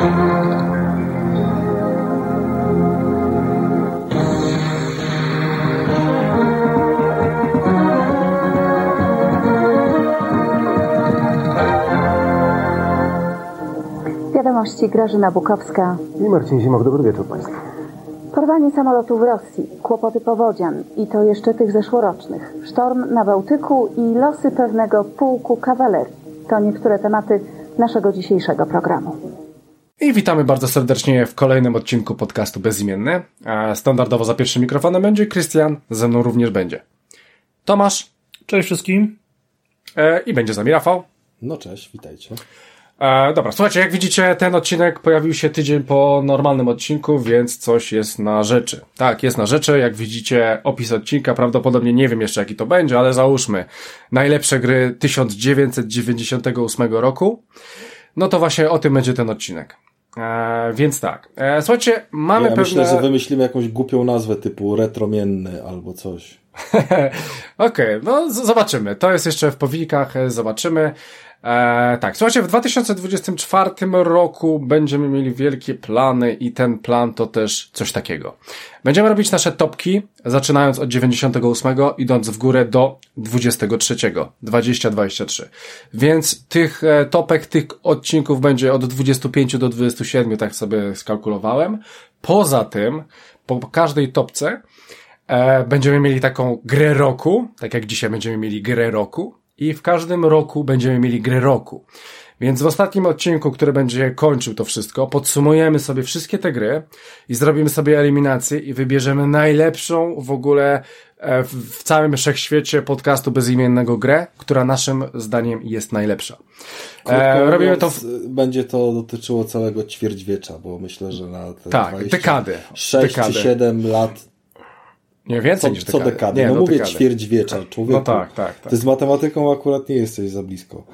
Wiadomości, Grażyna Bukowska i Marcin Zimoch. Dobry wieczór Państwu. Porwanie samolotu w Rosji, kłopoty powodzian i to jeszcze tych zeszłorocznych, sztorm na Bałtyku i losy pewnego pułku kawalerii. To niektóre tematy naszego dzisiejszego programu. I witamy bardzo serdecznie w kolejnym odcinku podcastu Bezimienny. Standardowo za pierwszym mikrofonem będzie Krystian, ze mną również będzie Tomasz. Cześć wszystkim. I będzie z nami Rafał. No cześć, witajcie. Dobra, słuchajcie, jak widzicie, ten odcinek pojawił się tydzień po normalnym odcinku, więc coś jest na rzeczy. Tak, jest na rzeczy, jak widzicie opis odcinka, prawdopodobnie nie wiem jeszcze jaki to będzie, ale załóżmy najlepsze gry 1998 roku, no to właśnie o tym będzie ten odcinek. Więc tak, słuchajcie, mamy pewne... Myślę, że wymyślimy jakąś głupią nazwę typu retromienny albo coś. Okej, no zobaczymy, to jest jeszcze w powijakach, zobaczymy. Tak, słuchajcie, w 2024 roku będziemy mieli wielkie plany i ten plan to też coś takiego. Będziemy robić nasze topki, zaczynając od 98, idąc w górę do 23, 2023. Więc tych topek, tych odcinków będzie od 25 do 27, tak sobie skalkulowałem. Poza tym, po każdej topce będziemy mieli taką grę roku, tak jak dzisiaj będziemy mieli grę roku. I w każdym roku będziemy mieli grę roku. Więc w ostatnim odcinku, który będzie kończył to wszystko, podsumujemy sobie wszystkie te gry i zrobimy sobie eliminację i wybierzemy najlepszą w ogóle w całym wszechświecie podcastu bezimiennego grę, która naszym zdaniem jest najlepsza. Robimy to będzie to dotyczyło całego ćwierćwiecza, bo myślę, że na te dekady. 6 czy 7 lat nie, więcej niż co dekadę. Nie, no mówię dekady. Ćwierćwiecza, człowieku. No tak. Ty z matematyką akurat nie jesteś za blisko.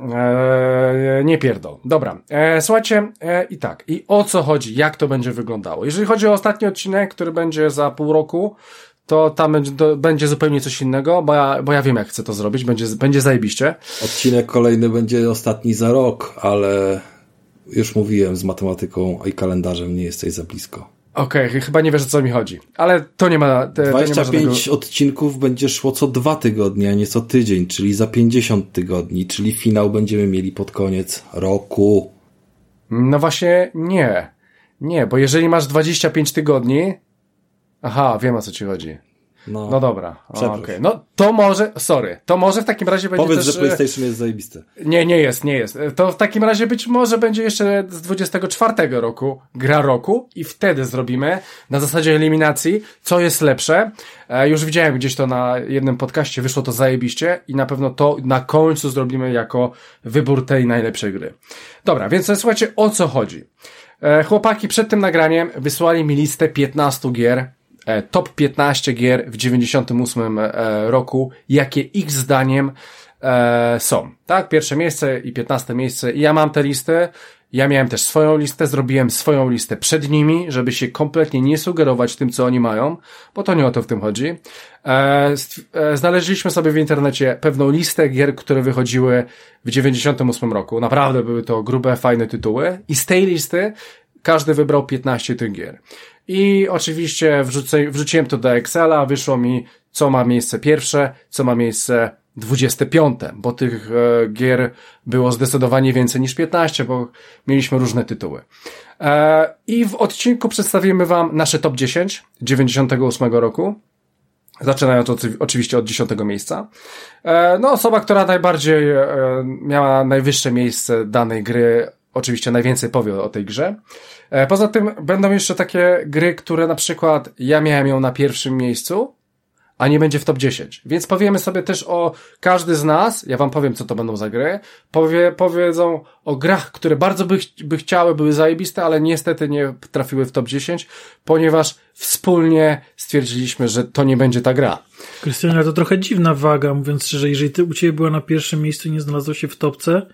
Nie pierdol. Dobra. Słuchajcie, i o co chodzi? Jak to będzie wyglądało? Jeżeli chodzi o ostatni odcinek, który będzie za pół roku, to tam będzie zupełnie coś innego, bo ja wiem, jak chcę to zrobić. Będzie zajebiście. Odcinek kolejny będzie ostatni za rok, ale już mówiłem, z matematyką i kalendarzem nie jesteś za blisko. Okej, chyba nie wiesz, o co mi chodzi. Ale to nie ma... 25 odcinków będzie szło co 2 tygodnie, a nie co tydzień, czyli za 50 tygodni, czyli finał będziemy mieli pod koniec roku. No właśnie nie. Nie, bo jeżeli masz 25 tygodni... Aha, wiem, o co ci chodzi. No dobra. Okay. No to może w takim razie będzie Powiedz, też... że PlayStation jest zajebiste. Nie jest. To w takim razie być może będzie jeszcze z 24 roku gra roku i wtedy zrobimy na zasadzie eliminacji, co jest lepsze. Już widziałem gdzieś to na jednym podcaście, wyszło to zajebiście i na pewno to na końcu zrobimy jako wybór tej najlepszej gry. Dobra, więc słuchajcie, o co chodzi. Chłopaki przed tym nagraniem wysłali mi listę 15 gier, top 15 gier w 98 roku, jakie ich zdaniem są. Tak, pierwsze miejsce i 15 miejsce. I ja mam tę listę, ja miałem też swoją listę, zrobiłem swoją listę przed nimi, żeby się kompletnie nie sugerować tym, co oni mają, bo to nie o to w tym chodzi. Znaleźliśmy sobie w internecie pewną listę gier, które wychodziły w 98 roku. Naprawdę były to grube, fajne tytuły i z tej listy każdy wybrał 15 tych gier. I oczywiście wrzuciłem to do Excela, wyszło mi, co ma miejsce pierwsze, co ma miejsce 25, bo tych gier było zdecydowanie więcej niż 15, bo mieliśmy różne tytuły. I w odcinku przedstawimy wam nasze top 10 98 roku, zaczynając oczywiście od 10 miejsca. No, osoba, która najbardziej miała najwyższe miejsce danej gry, oczywiście najwięcej powie o tej grze. Poza tym będą jeszcze takie gry, które na przykład ja miałem ją na pierwszym miejscu, a nie będzie w top 10. Więc powiemy sobie też o każdy z nas, ja wam powiem, co to będą za gry, powiedzą o grach, które bardzo by chciały, były zajebiste, ale niestety nie trafiły w top 10, ponieważ wspólnie stwierdziliśmy, że to nie będzie ta gra. Krystianie, to trochę dziwna waga, mówiąc szczerze, jeżeli u ciebie była na pierwszym miejscu i nie znalazło się w topce,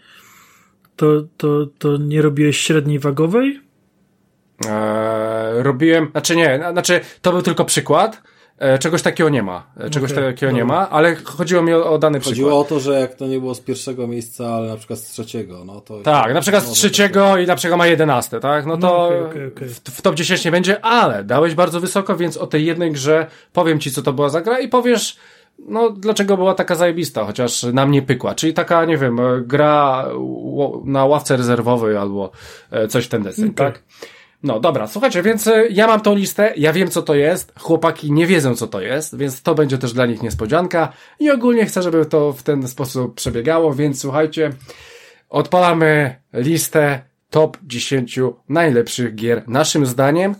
to nie robiłeś średniej wagowej? Robiłem, to był tylko przykład. Czegoś takiego nie ma. Nie ma, ale chodziło mi o dany przykład. Chodziło o to, że jak to nie było z pierwszego miejsca, ale na przykład z trzeciego, no to... Tak, na przykład z trzeciego i na przykład ma 11, tak? No to okay. w top 10 nie będzie, ale dałeś bardzo wysoko, więc o tej jednej grze powiem ci, co to była za gra i powiesz, no dlaczego była taka zajebista, chociaż nam nie pykła. Czyli taka, nie wiem, gra na ławce rezerwowej albo coś w ten deseń, tak? No dobra, słuchajcie, więc ja mam tą listę, ja wiem co to jest, chłopaki nie wiedzą co to jest, więc to będzie też dla nich niespodzianka i ogólnie chcę, żeby to w ten sposób przebiegało, więc słuchajcie, odpalamy listę top 10 najlepszych gier naszym zdaniem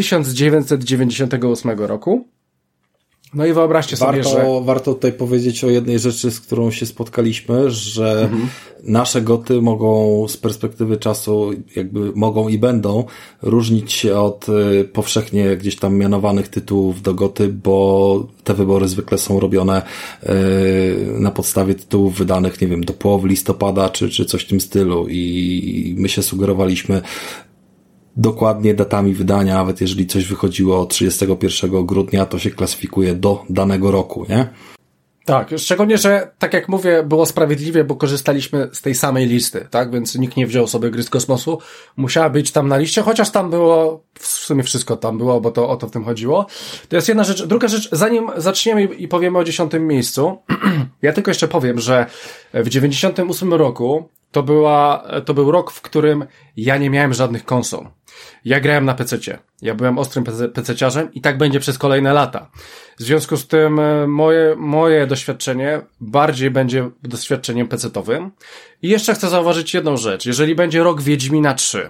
1998 roku. No i wyobraźcie sobie, że... Warto tutaj powiedzieć o jednej rzeczy, z którą się spotkaliśmy, że nasze goty mogą z perspektywy czasu, jakby mogą i będą różnić się od powszechnie gdzieś tam mianowanych tytułów do goty, bo te wybory zwykle są robione na podstawie tytułów wydanych, nie wiem, do połowy listopada, czy coś w tym stylu i my się sugerowaliśmy dokładnie datami wydania, nawet jeżeli coś wychodziło 31 grudnia, to się klasyfikuje do danego roku, nie? Tak, szczególnie, że tak jak mówię, było sprawiedliwie, bo korzystaliśmy z tej samej listy, tak? Więc nikt nie wziął sobie gry z kosmosu. Musiała być tam na liście, chociaż tam było, w sumie wszystko tam było, bo to o to w tym chodziło. To jest jedna rzecz. Druga rzecz, zanim zaczniemy i powiemy o 10. miejscu, ja tylko jeszcze powiem, że w 98 roku to był rok, w którym ja nie miałem żadnych konsol. Ja grałem na PC-cie. Ja byłem ostrym PC-ciarzem i tak będzie przez kolejne lata. W związku z tym moje doświadczenie bardziej będzie doświadczeniem PC-towym. I jeszcze chcę zauważyć jedną rzecz. Jeżeli będzie rok Wiedźmina 3,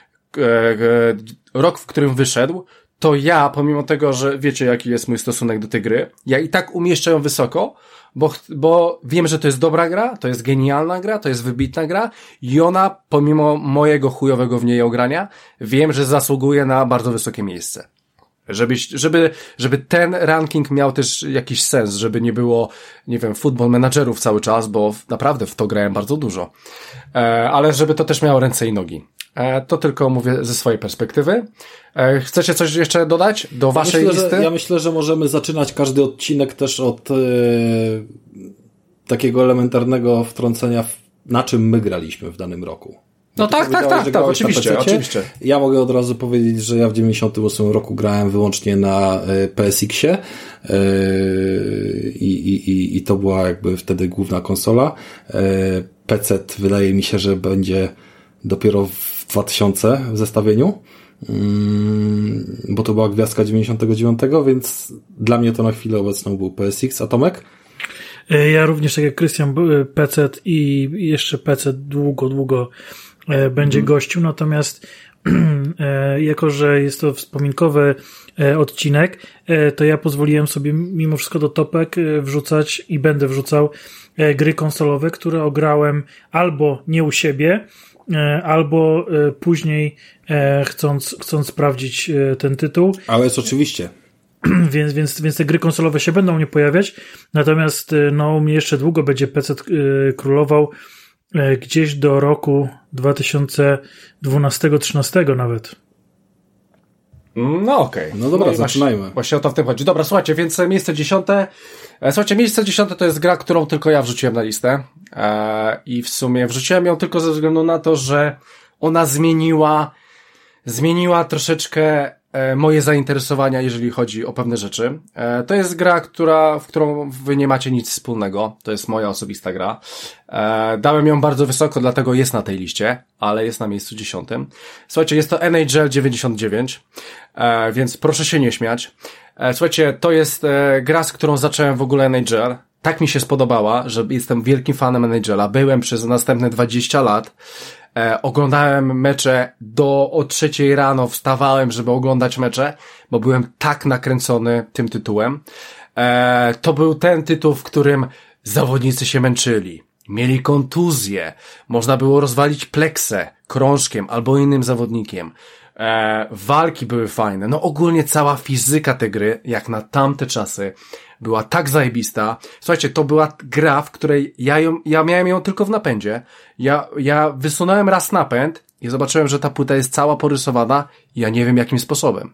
rok, w którym wyszedł, to ja, pomimo tego, że wiecie, jaki jest mój stosunek do tej gry, ja i tak umieszczę ją wysoko, bo wiem, że to jest dobra gra, to jest genialna gra, to jest wybitna gra i ona, pomimo mojego chujowego w niej ogrania, wiem, że zasługuje na bardzo wysokie miejsce. Żeby ten ranking miał też jakiś sens, żeby nie było, nie wiem, football managerów cały czas, bo naprawdę w to grałem bardzo dużo. Ale żeby to też miało ręce i nogi. To tylko mówię ze swojej perspektywy. Chcecie coś jeszcze dodać do waszej listy? Ja myślę, że możemy zaczynać każdy odcinek też od takiego elementarnego wtrącenia, na czym my graliśmy w danym roku. No tak, oczywiście. Ja mogę od razu powiedzieć, że ja w 98 roku grałem wyłącznie na PSX-ie i to była jakby wtedy główna konsola. PC wydaje mi się, że będzie dopiero w 2000 w zestawieniu, bo to była gwiazdka 99, więc dla mnie to na chwilę obecną był PSX. A Tomek? Ja również, tak jak Krystian, PC i jeszcze PC długo będzie gościł, natomiast jako, że jest to wspominkowy odcinek, to ja pozwoliłem sobie mimo wszystko do topek wrzucać i będę wrzucał gry konsolowe, które ograłem albo nie u siebie, albo później chcąc sprawdzić ten tytuł. Ale jest oczywiście. Więc te gry konsolowe się będą nie pojawiać, natomiast no u mnie jeszcze długo będzie PC królował gdzieś do roku 2012-13 nawet. No okej. No dobra, zaczynajmy. Właśnie o to w tym chodzi. Dobra, słuchajcie, więc miejsce 10. Słuchajcie, miejsce 10 to jest gra, którą tylko ja wrzuciłem na listę. I w sumie wrzuciłem ją tylko ze względu na to, że ona zmieniła troszeczkę moje zainteresowania, jeżeli chodzi o pewne rzeczy. To jest gra, w którą wy nie macie nic wspólnego. To jest moja osobista gra. Dałem ją bardzo wysoko, dlatego jest na tej liście, ale jest na miejscu 10. Słuchajcie, jest to NHL 99, więc proszę się nie śmiać. Słuchajcie, to jest gra, z którą zacząłem w ogóle NHL. Tak mi się spodobała, że jestem wielkim fanem NHL-a. Byłem przez następne 20 lat. Oglądałem mecze o 3 rano, wstawałem, żeby oglądać mecze, bo byłem tak nakręcony tym tytułem. To był ten tytuł, w którym zawodnicy się męczyli, mieli kontuzje, można było rozwalić pleksę krążkiem albo innym zawodnikiem. Walki były fajne. No ogólnie cała fizyka tej gry, jak na tamte czasy, była tak zajebista. Słuchajcie, to była gra, w której ja miałem ją tylko w napędzie. Ja wysunąłem raz napęd i zobaczyłem, że ta płyta jest cała porysowana i ja nie wiem jakim sposobem.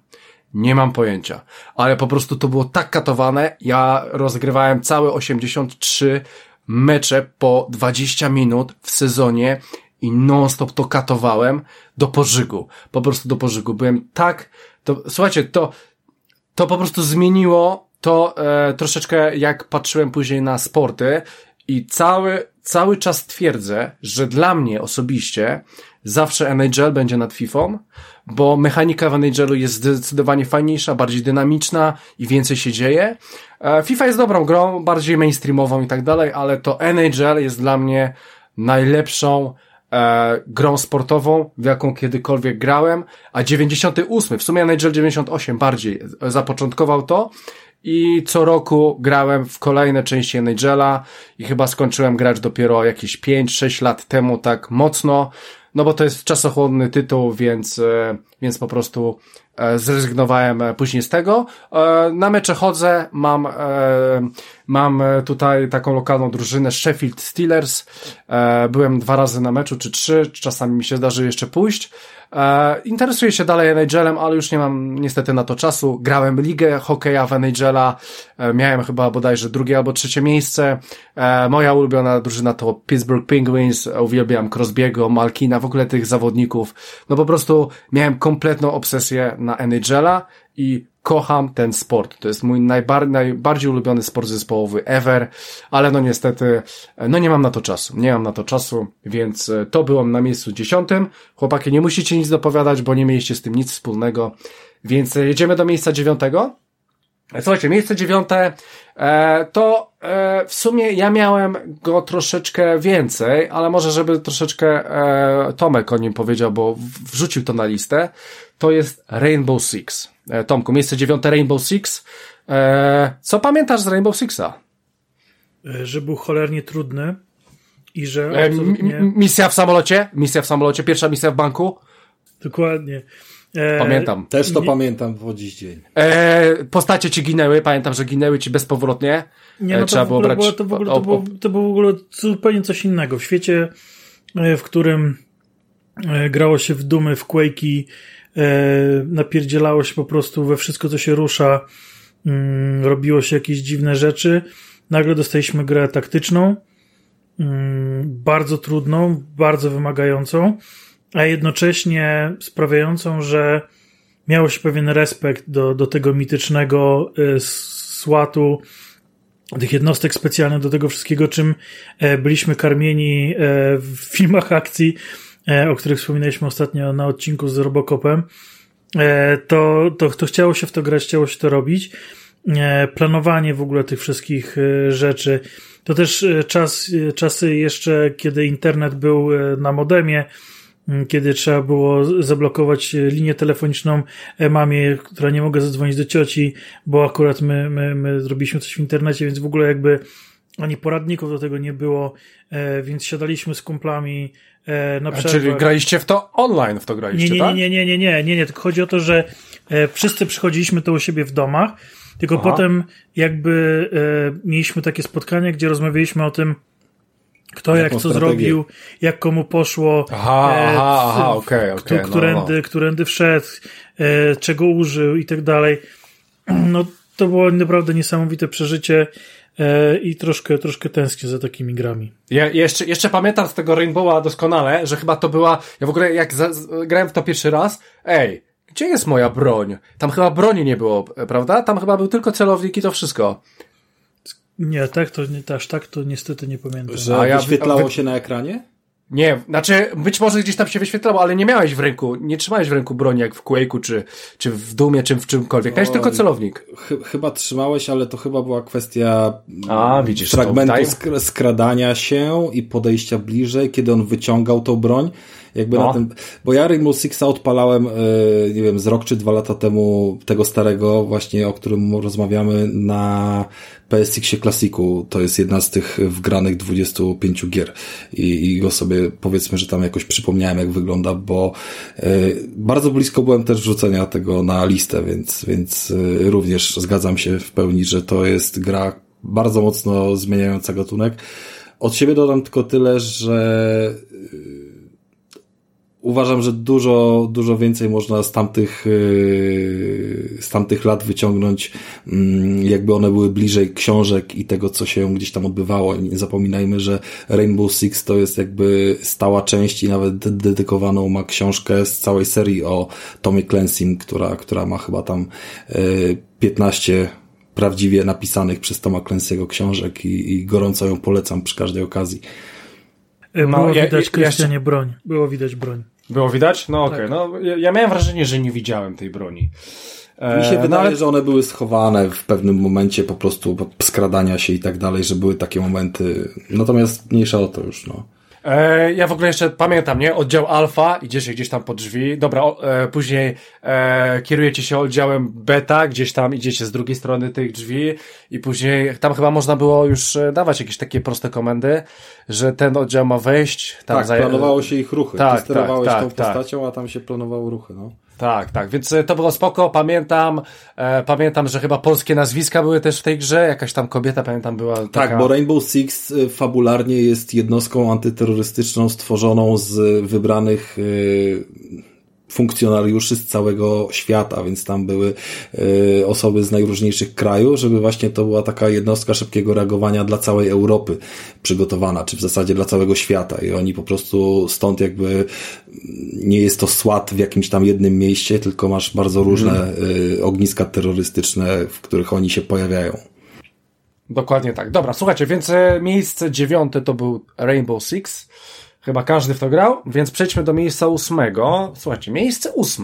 Nie mam pojęcia. Ale po prostu to było tak katowane. Ja rozgrywałem całe 83 mecze po 20 minut w sezonie i non-stop to katowałem do pożygu. Po prostu do pożygu. Byłem tak... Słuchajcie, to po prostu zmieniło to troszeczkę jak patrzyłem później na sporty i cały czas twierdzę, że dla mnie osobiście zawsze NHL będzie nad Fifą, bo mechanika w NHL-u jest zdecydowanie fajniejsza, bardziej dynamiczna i więcej się dzieje. FIFA jest dobrą grą, bardziej mainstreamową i tak dalej, ale to NHL jest dla mnie najlepszą grą sportową, w jaką kiedykolwiek grałem, a 98, w sumie NHL 98 bardziej zapoczątkował to i co roku grałem w kolejne części NHL-a i chyba skończyłem grać dopiero jakieś 5-6 lat temu tak mocno, no bo to jest czasochłonny tytuł, więc po prostu zrezygnowałem później z tego. Na mecze chodzę, mam tutaj taką lokalną drużynę Sheffield Steelers. Byłem 2 razy na meczu, czy 3, czasami mi się zdarzy jeszcze pójść. Interesuję się dalej NHL-em, ale już nie mam niestety na to czasu. Grałem ligę hokeja w NHL-a, miałem chyba bodajże 2. albo 3. miejsce. Moja ulubiona drużyna to Pittsburgh Penguins, uwielbiam Crosby'ego, Malkina, w ogóle tych zawodników. No po prostu miałem kompletną obsesję na NHL-a i kocham ten sport. To jest mój najbardziej ulubiony sport zespołowy ever, ale no niestety, no nie mam na to czasu, więc to byłem na miejscu 10. Chłopaki, nie musicie nic dopowiadać, bo nie mieliście z tym nic wspólnego, więc jedziemy do miejsca 9. Słuchajcie, miejsce 9 to w sumie ja miałem go troszeczkę więcej, ale może żeby troszeczkę Tomek o nim powiedział, bo wrzucił to na listę. To jest Rainbow Six. Tomku, miejsce 9 Rainbow Six. Co pamiętasz z Rainbow Sixa? Że był cholernie trudny i że misja w samolocie, pierwsza misja w banku. Dokładnie. Pamiętam. Też to pamiętam po dziś dzień. Postacie ci ginęły, pamiętam, że ginęły ci bezpowrotnie. Nie, no trzeba było brać... To było w ogóle zupełnie coś innego. W świecie, w którym grało się w Dumy, w Quake'i, napierdzielało się po prostu we wszystko, co się rusza, robiło się jakieś dziwne rzeczy. Nagle dostaliśmy grę taktyczną, bardzo trudną, bardzo wymagającą, a jednocześnie sprawiającą, że miało się pewien respekt do tego mitycznego SWAT-u, tych jednostek specjalnych, do tego wszystkiego, czym byliśmy karmieni w filmach akcji, o których wspominaliśmy ostatnio na odcinku z Robocopem. To chciało się w to grać, chciało się to robić. Planowanie w ogóle tych wszystkich rzeczy. To też czasy jeszcze, kiedy internet był na modemie, kiedy trzeba było zablokować linię telefoniczną mamie, która nie mogła zadzwonić do cioci, bo akurat my zrobiliśmy coś w internecie, więc w ogóle jakby ani poradników do tego nie było, więc siadaliśmy z kumplami na przerwę. Czyli graliście w to online, tak? Nie, tylko chodzi o to, że wszyscy przychodziliśmy to u siebie w domach, tylko potem jakby mieliśmy takie spotkania, gdzie rozmawialiśmy o tym, kto jak co zrobił, jak komu poszło, którędy wszedł, czego użył i tak dalej. No to było naprawdę niesamowite przeżycie i troszkę tęsknię za takimi grami. Ja jeszcze pamiętam z tego Rainbowa doskonale, że chyba to była, ja w ogóle jak grałem w to pierwszy raz, gdzie jest moja broń? Tam chyba broni nie było, prawda? Tam chyba był tylko celownik i to wszystko. Nie, tak to niestety nie pamiętam. Że wyświetlało się na ekranie? Nie, znaczy być może gdzieś tam się wyświetlało, ale nie miałeś w ręku, nie trzymałeś w ręku broni jak w Quake'u, czy w Dumie, czy w czymkolwiek. Miałeś tylko celownik. Chyba trzymałeś, ale to chyba była kwestia widzisz, fragmentu skradania się i podejścia bliżej, kiedy on wyciągał tą broń. Jakby na tym, bo ja Rainbow Sixa odpalałem, nie wiem, z rok czy 2 lata temu, tego starego właśnie, o którym rozmawiamy, na PSX-ie Classicu. To jest jedna z tych wgranych 25 gier i go sobie, powiedzmy, że tam jakoś przypomniałem, jak wygląda, bo bardzo blisko byłem też wrzucenia tego na listę, więc również zgadzam się w pełni, że to jest gra bardzo mocno zmieniająca gatunek. Od siebie dodam tylko tyle, że uważam, że dużo więcej można z tamtych z tamtych lat wyciągnąć, jakby one były bliżej książek i tego, co się gdzieś tam odbywało. Nie zapominajmy, że Rainbow Six to jest jakby stała część i nawet dedykowaną ma książkę z całej serii o Tomie Clancy'm, która ma chyba tam 15 prawdziwie napisanych przez Toma Clancy'ego książek i gorąco ją polecam przy każdej okazji. Było widać, Krystianie, broń. Było widać broń. Było widać? No okej. Tak. No, ja miałem wrażenie, że nie widziałem tej broni. Mi się wydaje, że one były schowane w pewnym momencie po prostu skradania się i tak dalej, że były takie momenty. Natomiast mniejsza o to już, no. Ja w ogóle jeszcze pamiętam, nie? Oddział Alfa, idziecie gdzieś tam po drzwi. Dobra, później kierujecie się oddziałem Beta, gdzieś tam idziecie z drugiej strony tych drzwi i później tam chyba można było już dawać jakieś takie proste komendy, że ten oddział ma wejść. Tam tak, planowało się ich ruchy. Tak, ty sterowałeś tak, tą postacią, a tam się planowały ruchy, no. Tak, więc to było spoko, pamiętam, że chyba polskie nazwiska były też w tej grze, jakaś tam kobieta, pamiętam, była taka... Tak, bo Rainbow Six fabularnie jest jednostką antyterrorystyczną stworzoną z wybranych funkcjonariuszy z całego świata, więc tam były osoby z najróżniejszych krajów, żeby właśnie to była taka jednostka szybkiego reagowania dla całej Europy przygotowana, czy w zasadzie dla całego świata i oni po prostu stąd jakby nie jest to SWAT w jakimś tam jednym mieście, tylko masz bardzo różne ogniska terrorystyczne, w których oni się pojawiają. Dokładnie tak. Dobra, słuchajcie, więc miejsce 9 to był Rainbow Six. Chyba każdy w to grał, więc przejdźmy do miejsca 8. Słuchajcie, miejsce 8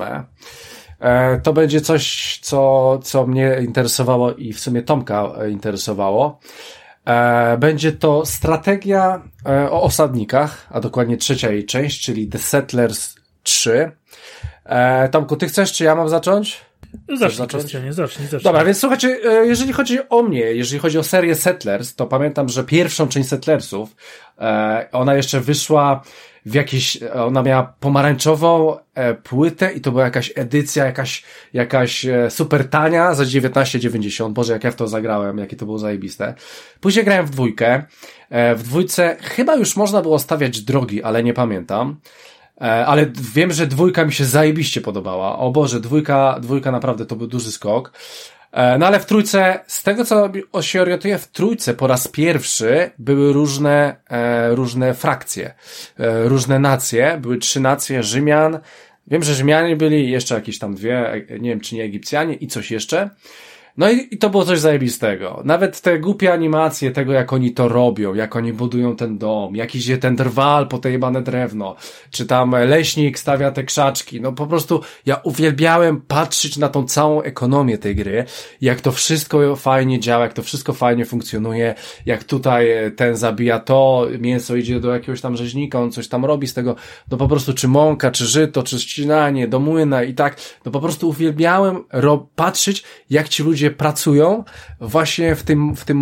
to będzie coś, co mnie interesowało i w sumie Tomka interesowało. Będzie to strategia o osadnikach, a dokładnie trzecia jej część, czyli The Settlers 3. Tomku, ty chcesz, czy ja mam zacząć? Zacznij, Krystianie, zacznij. Dobra, więc słuchajcie, jeżeli chodzi o mnie, jeżeli chodzi o serię Settlers, to pamiętam, że pierwszą część Settlersów, ona jeszcze wyszła w jakiejś, ona miała pomarańczową płytę i to była jakaś edycja, jakaś super tania za 19,90. Boże, jak ja w to zagrałem, jakie to było zajebiste. Później grałem w 2. W 2 chyba już można było stawiać drogi, ale nie pamiętam. Ale wiem, że 2 mi się zajebiście podobała. O Boże, 2 naprawdę to był duży skok. No ale w 3, z tego co się orientuję, w 3 po raz pierwszy były różne frakcje, różne nacje. Były 3 nacje, Rzymian. Wiem, że Rzymianie byli, jeszcze jakieś tam 2, nie wiem czy nie Egipcjanie i coś jeszcze. No i to było coś zajebistego. Nawet te głupie animacje tego, jak oni to robią, jak oni budują ten dom, jak idzie ten drwal po te jebane drewno, czy tam leśnik stawia te krzaczki. No po prostu ja uwielbiałem patrzeć na tą całą ekonomię tej gry, jak to wszystko fajnie działa, jak to wszystko fajnie funkcjonuje, jak tutaj ten zabija to, mięso idzie do jakiegoś tam rzeźnika, on coś tam robi z tego, no po prostu czy mąka, czy żyto, czy ścinanie, do młyna i tak, no po prostu uwielbiałem patrzeć, jak ci ludzie pracują właśnie w tym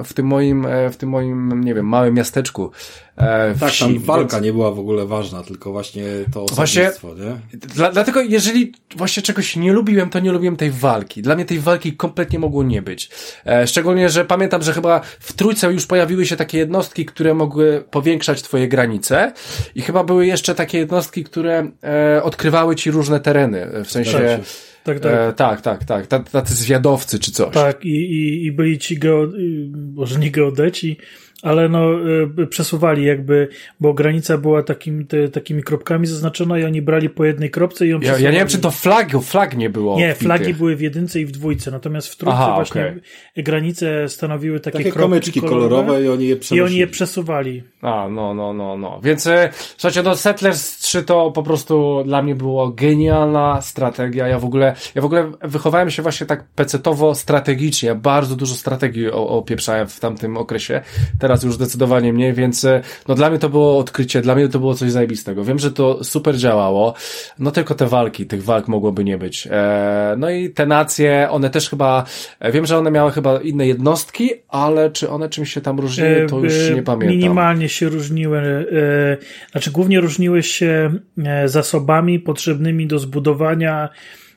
moim, nie wiem, małym miasteczku. Tak, tam walka nie była w ogóle ważna, tylko właśnie to osobnictwo, nie? Dlatego jeżeli właśnie czegoś nie lubiłem, to nie lubiłem tej walki. Dla mnie tej walki kompletnie mogło nie być. Szczególnie, że pamiętam, że chyba w 3 już pojawiły się takie jednostki, które mogły powiększać twoje granice i chyba były jeszcze takie jednostki, które odkrywały ci różne tereny, w sensie... Tak. Tacy zwiadowcy czy coś. Tak, i byli ci może nie geodeci, ale przesuwali jakby, bo granica była takimi kropkami zaznaczona i oni brali po jednej kropce i ją przesuwali. Ja nie wiem, czy to flag nie było. Nie, flagi były w 1 i w 2, natomiast w 3 właśnie granice stanowiły takie kamyczki kolorowe i oni je przesuwali. No. Więc słuchajcie, Settlers 3 to po prostu dla mnie było genialna strategia. Ja w ogóle wychowałem się właśnie tak pecetowo strategicznie. Ja bardzo dużo strategii opieprzałem w tamtym okresie. Teraz już zdecydowanie mniej, więc no dla mnie to było odkrycie, dla mnie to było coś zajebistego. Wiem, że to super działało, no tylko tych walk mogłoby nie być. No i te nacje, one też chyba, wiem, że one miały chyba inne jednostki, ale czy one czymś się tam różniły, to już nie pamiętam. Minimalnie się różniły, głównie różniły się zasobami potrzebnymi do zbudowania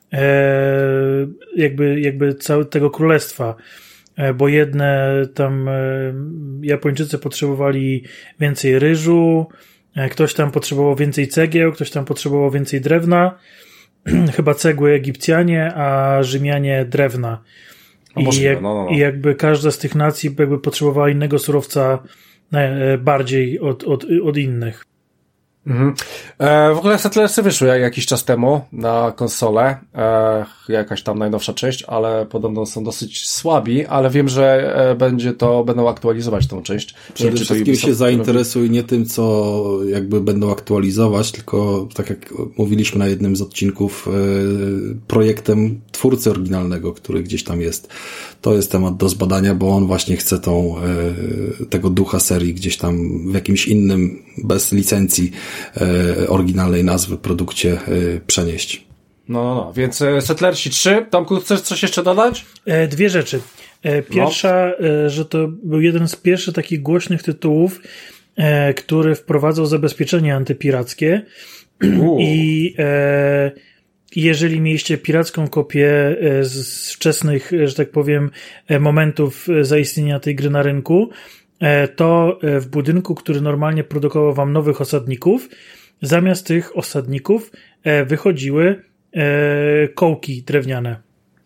jakby całego królestwa. Bo jedne tam Japończycy potrzebowali więcej ryżu, ktoś tam potrzebował więcej cegieł, ktoś tam potrzebował więcej drewna, chyba cegły Egipcjanie, a Rzymianie drewna. I jakby każda z tych nacji jakby potrzebowała innego surowca bardziej od innych. Mhm. W ogóle Settlersy wyszły jakiś czas temu na konsolę, jakaś tam najnowsza część, ale podobno są dosyć słabi, ale wiem, że będą aktualizować tą część. Przede wszystkim się zainteresuj nie tym, co jakby będą aktualizować, tylko tak jak mówiliśmy na jednym z odcinków, projektem twórcy oryginalnego, który gdzieś tam jest. To jest temat do zbadania, bo on właśnie chce tego ducha serii gdzieś tam w jakimś innym, bez licencji oryginalnej nazwy produkcie przenieść. No, więc Settlersi 3. Tomku, chcesz coś jeszcze dodać? Dwie rzeczy. Pierwsza, że to był jeden z pierwszych takich głośnych tytułów, który wprowadzał zabezpieczenie antypirackie i jeżeli mieliście piracką kopię z wczesnych, że tak powiem, momentów zaistnienia tej gry na rynku, to w budynku, który normalnie produkował wam nowych osadników, zamiast tych osadników wychodziły kołki drewniane.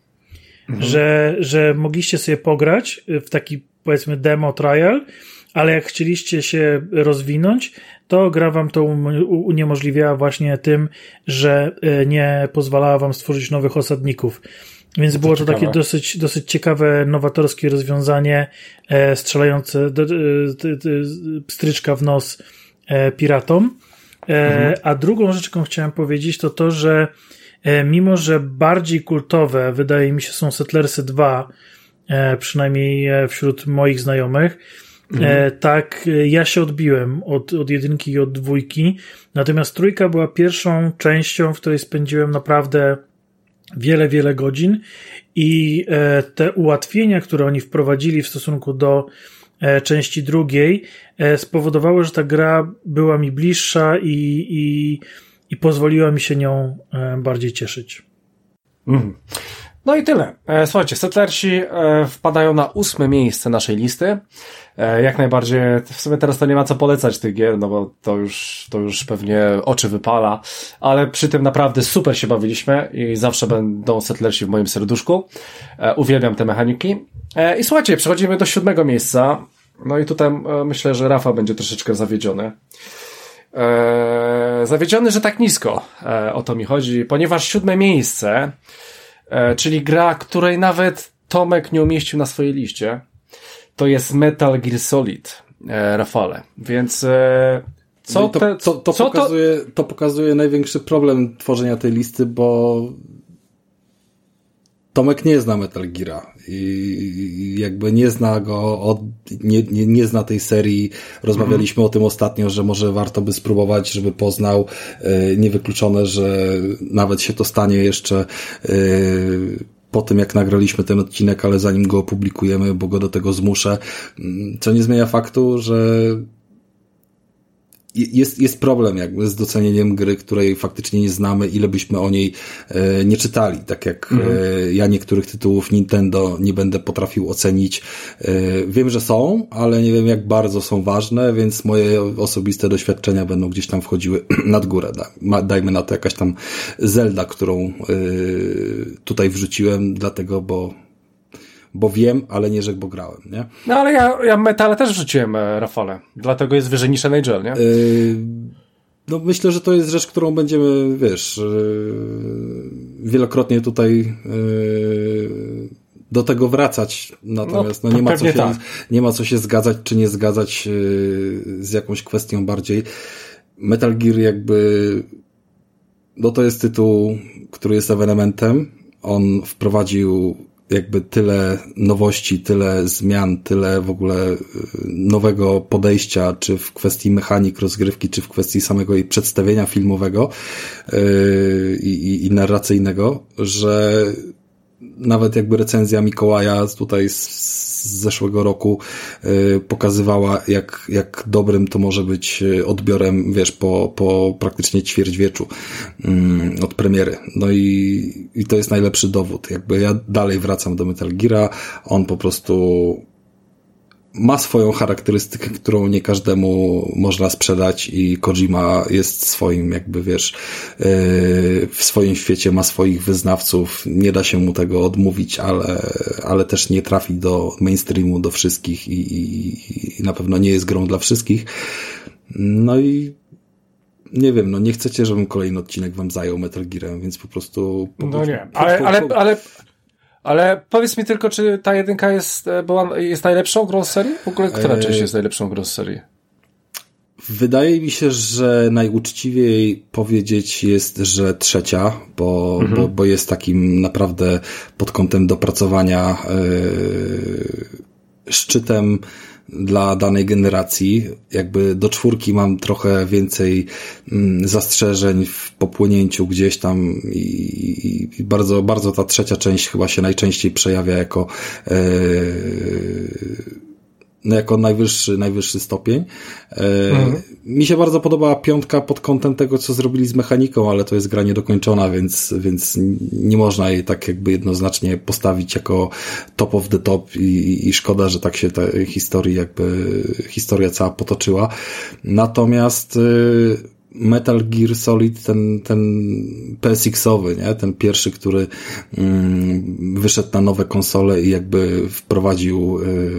Że mogliście sobie pograć w taki, powiedzmy, demo trial, ale jak chcieliście się rozwinąć, to gra wam to uniemożliwiała właśnie tym, że nie pozwalała wam stworzyć nowych osadników. Więc było to takie dosyć ciekawe, nowatorskie rozwiązanie, strzelające pstryczka w nos piratom. A drugą rzecz, jaką chciałem powiedzieć, to, że mimo, że bardziej kultowe, wydaje mi się, są Settlersy 2, przynajmniej wśród moich znajomych, tak ja się odbiłem od jedynki i od dwójki, natomiast trójka była pierwszą częścią, w której spędziłem naprawdę wiele, wiele godzin i te ułatwienia, które oni wprowadzili w stosunku do części drugiej, spowodowały, że ta gra była mi bliższa i pozwoliła mi się nią bardziej cieszyć. No i tyle. Słuchajcie, Settlersi wpadają na 8. miejsce naszej listy. Jak najbardziej, w sumie teraz to nie ma co polecać tych gier, no bo to już pewnie oczy wypala, ale przy tym naprawdę super się bawiliśmy i zawsze będą Settlersi w moim serduszku. Uwielbiam te mechaniki. I słuchajcie, przechodzimy do 7. miejsca. No i tutaj myślę, że Rafał będzie troszeczkę zawiedziony. Zawiedziony, że tak nisko. O to mi chodzi, ponieważ 7. miejsce, czyli gra, której nawet Tomek nie umieścił na swojej liście, to jest Metal Gear Solid, Rafale. Więc to pokazuje największy problem tworzenia tej listy, bo Tomek nie zna Metal Geara i jakby nie zna go, nie zna tej serii. Rozmawialiśmy o tym ostatnio, że może warto by spróbować, żeby poznał. Niewykluczone, że nawet się to stanie jeszcze po tym, jak nagraliśmy ten odcinek, ale zanim go opublikujemy, bo go do tego zmuszę. Co nie zmienia faktu, że jest problem jakby z docenieniem gry, której faktycznie nie znamy, ile byśmy o niej nie czytali. Tak jak ja niektórych tytułów Nintendo nie będę potrafił ocenić. Wiem, że są, ale nie wiem, jak bardzo są ważne, więc moje osobiste doświadczenia będą gdzieś tam wchodziły nad górę. Dajmy na to jakaś tam Zelda, którą tutaj wrzuciłem, dlatego, bo wiem, ale nie, że bo grałem, nie? No ale ja Metale też wrzuciłem, Rafale. Dlatego jest wyżej niż Nigel, nie? No myślę, że to jest rzecz, którą będziemy, wielokrotnie tutaj do tego wracać. Natomiast nie ma co się zgadzać, czy nie zgadzać z jakąś kwestią bardziej. Metal Gear jakby to jest tytuł, który jest ewenementem. On wprowadził jakby tyle nowości, tyle zmian, tyle w ogóle nowego podejścia, czy w kwestii mechanik rozgrywki, czy w kwestii samego jej przedstawienia filmowego i narracyjnego, że nawet jakby recenzja Mikołaja tutaj z zeszłego roku pokazywała, jak dobrym to może być odbiorem, po praktycznie ćwierćwieczu od premiery. No i to jest najlepszy dowód. Jakby ja dalej wracam do Metal Geara, on po prostu ma swoją charakterystykę, którą nie każdemu można sprzedać i Kojima jest swoim, jakby wiesz, w swoim świecie ma swoich wyznawców, nie da się mu tego odmówić, ale też nie trafi do mainstreamu, do wszystkich i na pewno nie jest grą dla wszystkich. No i nie wiem, no nie chcecie, żebym kolejny odcinek wam zajął Metal Gearem, więc po prostu... No nie, ale powiedz mi tylko, czy ta jedynka jest najlepszą grą z serii? W ogóle która część jest najlepszą grą z serii? Wydaje mi się, że najuczciwiej powiedzieć jest, że trzecia, bo jest takim naprawdę pod kątem dopracowania szczytem dla danej generacji. Jakby do 4 mam trochę więcej zastrzeżeń w popłynięciu gdzieś tam i bardzo, bardzo ta trzecia część chyba się najczęściej przejawia jako jako najwyższy stopień. Mi się bardzo podobała 5 pod kątem tego, co zrobili z mechaniką, ale to jest gra niedokończona, więc nie można jej tak jakby jednoznacznie postawić jako top of the top i szkoda, że tak się ta historia cała potoczyła. Natomiast Metal Gear Solid, ten PSX-owy, nie? Ten pierwszy, który wyszedł na nowe konsole i jakby wprowadził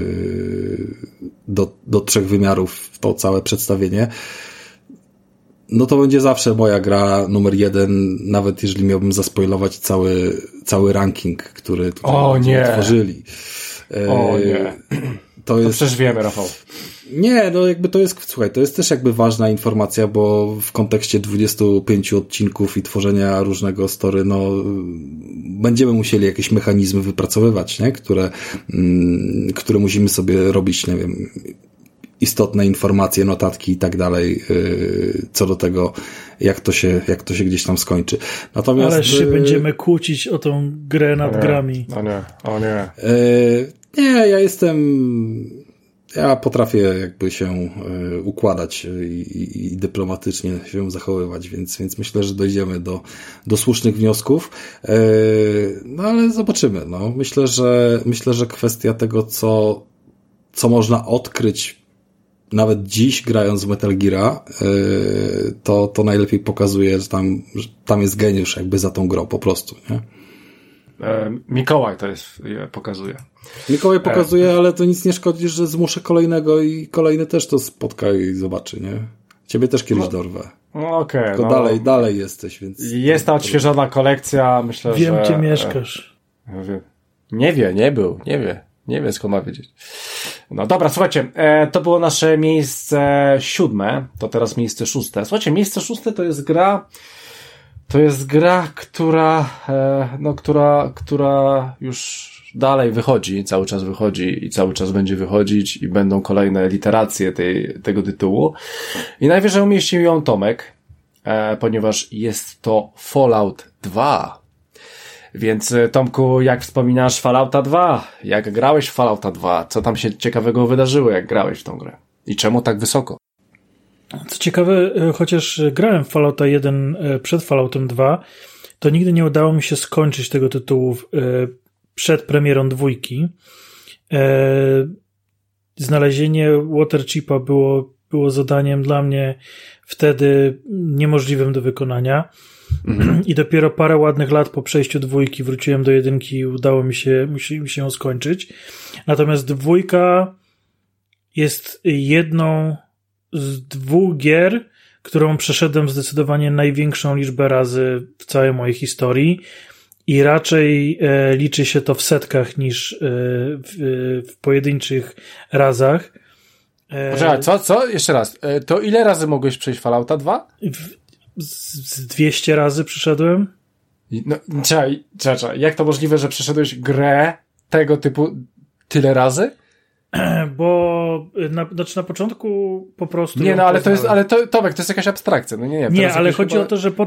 do 3 wymiarów to całe przedstawienie, no to będzie zawsze moja gra numer 1, nawet jeżeli miałbym zaspoilować cały ranking, który tutaj tworzyli. O nie. To przecież wiemy, Rafał. Nie, no jakby to jest, słuchaj, to jest też jakby ważna informacja, bo w kontekście 25 odcinków i tworzenia różnego story, no będziemy musieli jakieś mechanizmy wypracowywać, nie? Które musimy sobie robić, nie wiem, istotne informacje, notatki i tak dalej, co do tego, jak to się gdzieś tam skończy. Natomiast ale się będziemy kłócić o tą grę nad grami. O nie. Nie, ja potrafię jakby się układać i dyplomatycznie się zachowywać, więc myślę, że dojdziemy do słusznych wniosków. No ale zobaczymy. No. Myślę, że kwestia tego, co można odkryć nawet dziś grając w Metal Gear'a, to najlepiej pokazuje, że tam jest geniusz jakby za tą grą po prostu, nie? Mikołaj to pokazuje. Mikołaj pokazuje, ale to nic nie szkodzi, że zmuszę kolejnego i kolejny też to spotka i zobaczy, nie? Ciebie też kiedyś dorwę. No okej. Tylko dalej jesteś, więc... Jest ta odświeżona kolekcja, myślę, Wiem, że... gdzie mieszkasz. Nie wie, skąd ma wiedzieć. No dobra, słuchajcie, to było nasze miejsce 7, to teraz miejsce 6. Słuchajcie, miejsce 6 to jest gra, która już dalej wychodzi, cały czas wychodzi i cały czas będzie wychodzić i będą kolejne literacje tego tytułu. I najwyżej umieścił ją Tomek, ponieważ jest to Fallout 2. Więc Tomku, jak wspominasz Fallouta 2? Jak grałeś w Fallouta 2? Co tam się ciekawego wydarzyło, jak grałeś w tą grę? I czemu tak wysoko? Co ciekawe, chociaż grałem w Fallouta 1 przed Falloutem 2, to nigdy nie udało mi się skończyć tego tytułu przed premierą 2. Znalezienie Waterchipa było zadaniem dla mnie wtedy niemożliwym do wykonania. I dopiero parę ładnych lat po przejściu 2 wróciłem do 1 i udało mi się ją skończyć. Natomiast 2 jest jedną z 2 gier, którą przeszedłem zdecydowanie największą liczbę razy w całej mojej historii i raczej liczy się to w setkach niż w pojedynczych razach. Poczekaj, co? Jeszcze raz. To ile razy mogłeś przejść Fallouta 2? Z 200 razy przeszedłem. No, czekaj. Jak to możliwe, że przeszedłeś grę tego typu tyle razy? Bo na początku po prostu... Nie, no ale Tomek, to jest jakaś abstrakcja. No nie, ale chodzi o to, że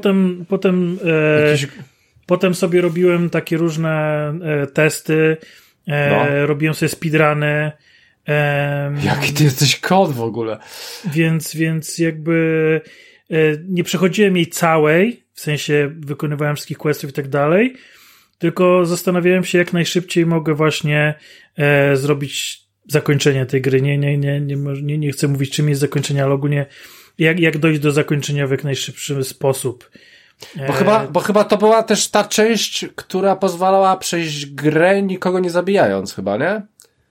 potem sobie robiłem takie różne testy, robiłem sobie speedruny. Jaki ty jesteś kod w ogóle? Więc jakby nie przechodziłem jej całej, w sensie wykonywałem wszystkich questów i tak dalej, tylko zastanawiałem się, jak najszybciej mogę właśnie zrobić zakończenie tej gry. Nie chcę mówić, czym jest zakończenie, ale ogólnie jak dojść do zakończenia w jak najszybszy sposób. Bo chyba to była też ta część, która pozwalała przejść grę nikogo nie zabijając chyba, nie?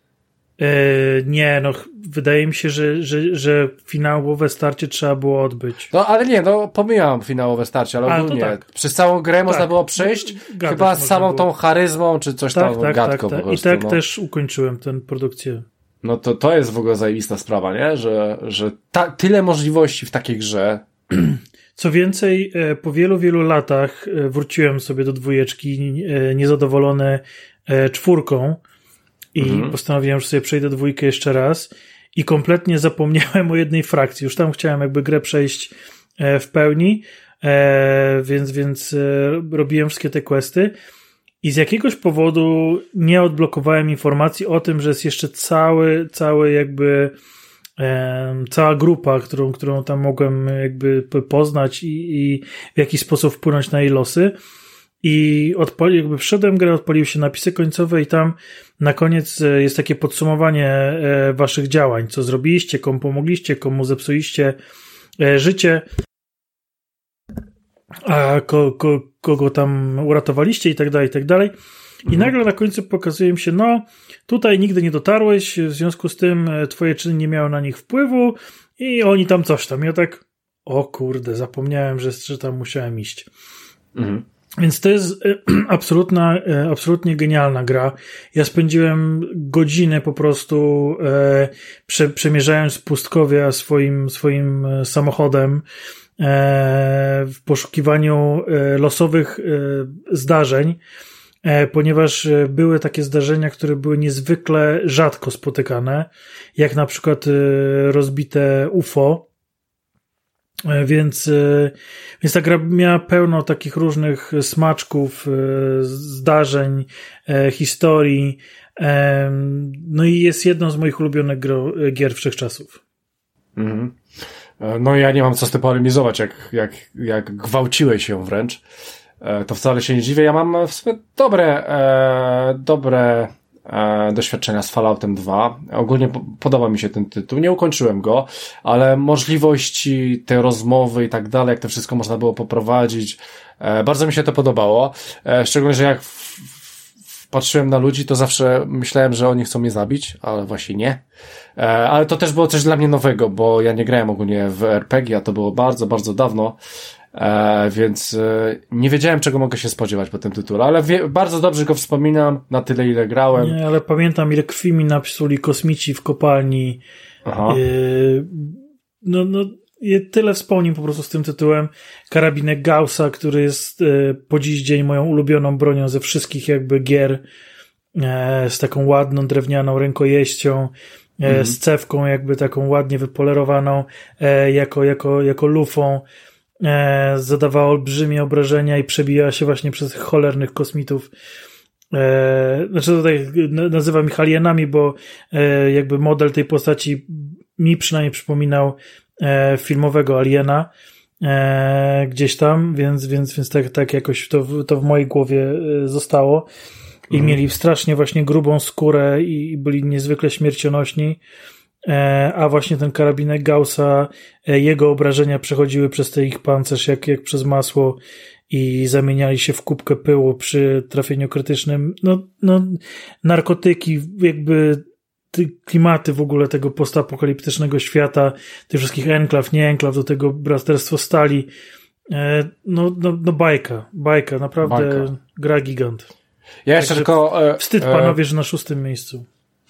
Nie, wydaje mi się, że finałowe starcie trzeba było odbyć. No ale nie, pomijam finałowe starcie, ale ogólnie tak. Przez całą grę można było przejść chyba z samą tą charyzmą, czy coś tam gadką po prostu. I tak też ukończyłem tę produkcję. No to jest w ogóle zajebista sprawa, nie? Że tyle możliwości w takiej grze. Co więcej, po wielu, wielu latach wróciłem sobie do 2, niezadowolony 4 i postanowiłem, że sobie przejdę 2 jeszcze raz i kompletnie zapomniałem o jednej frakcji. Już tam chciałem jakby grę przejść w pełni, więc robiłem wszystkie te questy i z jakiegoś powodu nie odblokowałem informacji o tym, że jest jeszcze cały jakby cała grupa, którą tam mogłem jakby poznać i w jakiś sposób wpłynąć na jej losy. I jakby wszedłem grę, odpaliły się napisy końcowe i tam na koniec jest takie podsumowanie waszych działań, co zrobiliście, komu pomogliście, komu zepsuliście życie, a kogo tam uratowaliście i tak dalej, i tak dalej. I nagle na końcu pokazuje mi się, tutaj nigdy nie dotarłeś, w związku z tym twoje czyny nie miały na nich wpływu i oni tam coś tam. Ja tak, o kurde, zapomniałem, że tam musiałem iść. Więc to jest absolutnie genialna gra. Ja spędziłem godziny po prostu przemierzając pustkowia swoim samochodem w poszukiwaniu losowych zdarzeń, ponieważ były takie zdarzenia, które były niezwykle rzadko spotykane, jak na przykład rozbite UFO. Więc ta gra miała pełno takich różnych smaczków, zdarzeń, historii. No i jest jedną z moich ulubionych gier wszechczasów. No ja nie mam co z tym polemizować, jak gwałciłeś ją wręcz. To wcale się nie dziwię. Ja mam w sumie dobre doświadczenia z Falloutem 2. Ogólnie podoba mi się ten tytuł. Nie ukończyłem go, ale możliwości tej rozmowy i tak dalej, jak to wszystko można było poprowadzić, bardzo mi się to podobało. Szczególnie, że jak patrzyłem na ludzi, to zawsze myślałem, że oni chcą mnie zabić, ale właśnie nie. Ale to też było coś dla mnie nowego, bo ja nie grałem ogólnie w RPG, a to było bardzo, bardzo dawno. Więc nie wiedziałem, czego mogę się spodziewać po tym tytule, ale bardzo dobrze go wspominam na tyle, ile grałem. Nie, ale pamiętam, ile krwi mi napsuli kosmici w kopalni. Aha. Tyle wspomnień po prostu z tym tytułem. Karabinek Gaussa, który jest po dziś dzień moją ulubioną bronią ze wszystkich jakby gier, z taką ładną drewnianą rękojeścią, z cewką jakby taką ładnie wypolerowaną, jako lufą. Zadawała olbrzymie obrażenia i przebijała się właśnie przez cholernych kosmitów. Znaczy tutaj nazywam ich alienami, bo jakby model tej postaci mi przynajmniej przypominał filmowego aliena gdzieś tam, więc tak jakoś to w mojej głowie zostało. I mieli strasznie właśnie grubą skórę i byli niezwykle śmiercionośni. A właśnie ten karabinek Gaussa, jego obrażenia przechodziły przez ten ich pancerz jak przez masło i zamieniali się w kubkę pyłu przy trafieniu krytycznym. Narkotyki, jakby klimaty w ogóle tego postapokaliptycznego świata, tych wszystkich enklaw, nie enklaw, do tego Braterstwo Stali. Bajka, naprawdę bajka. Gra gigant. Ja jeszcze tylko... Wstyd panowie, że na 6. miejscu.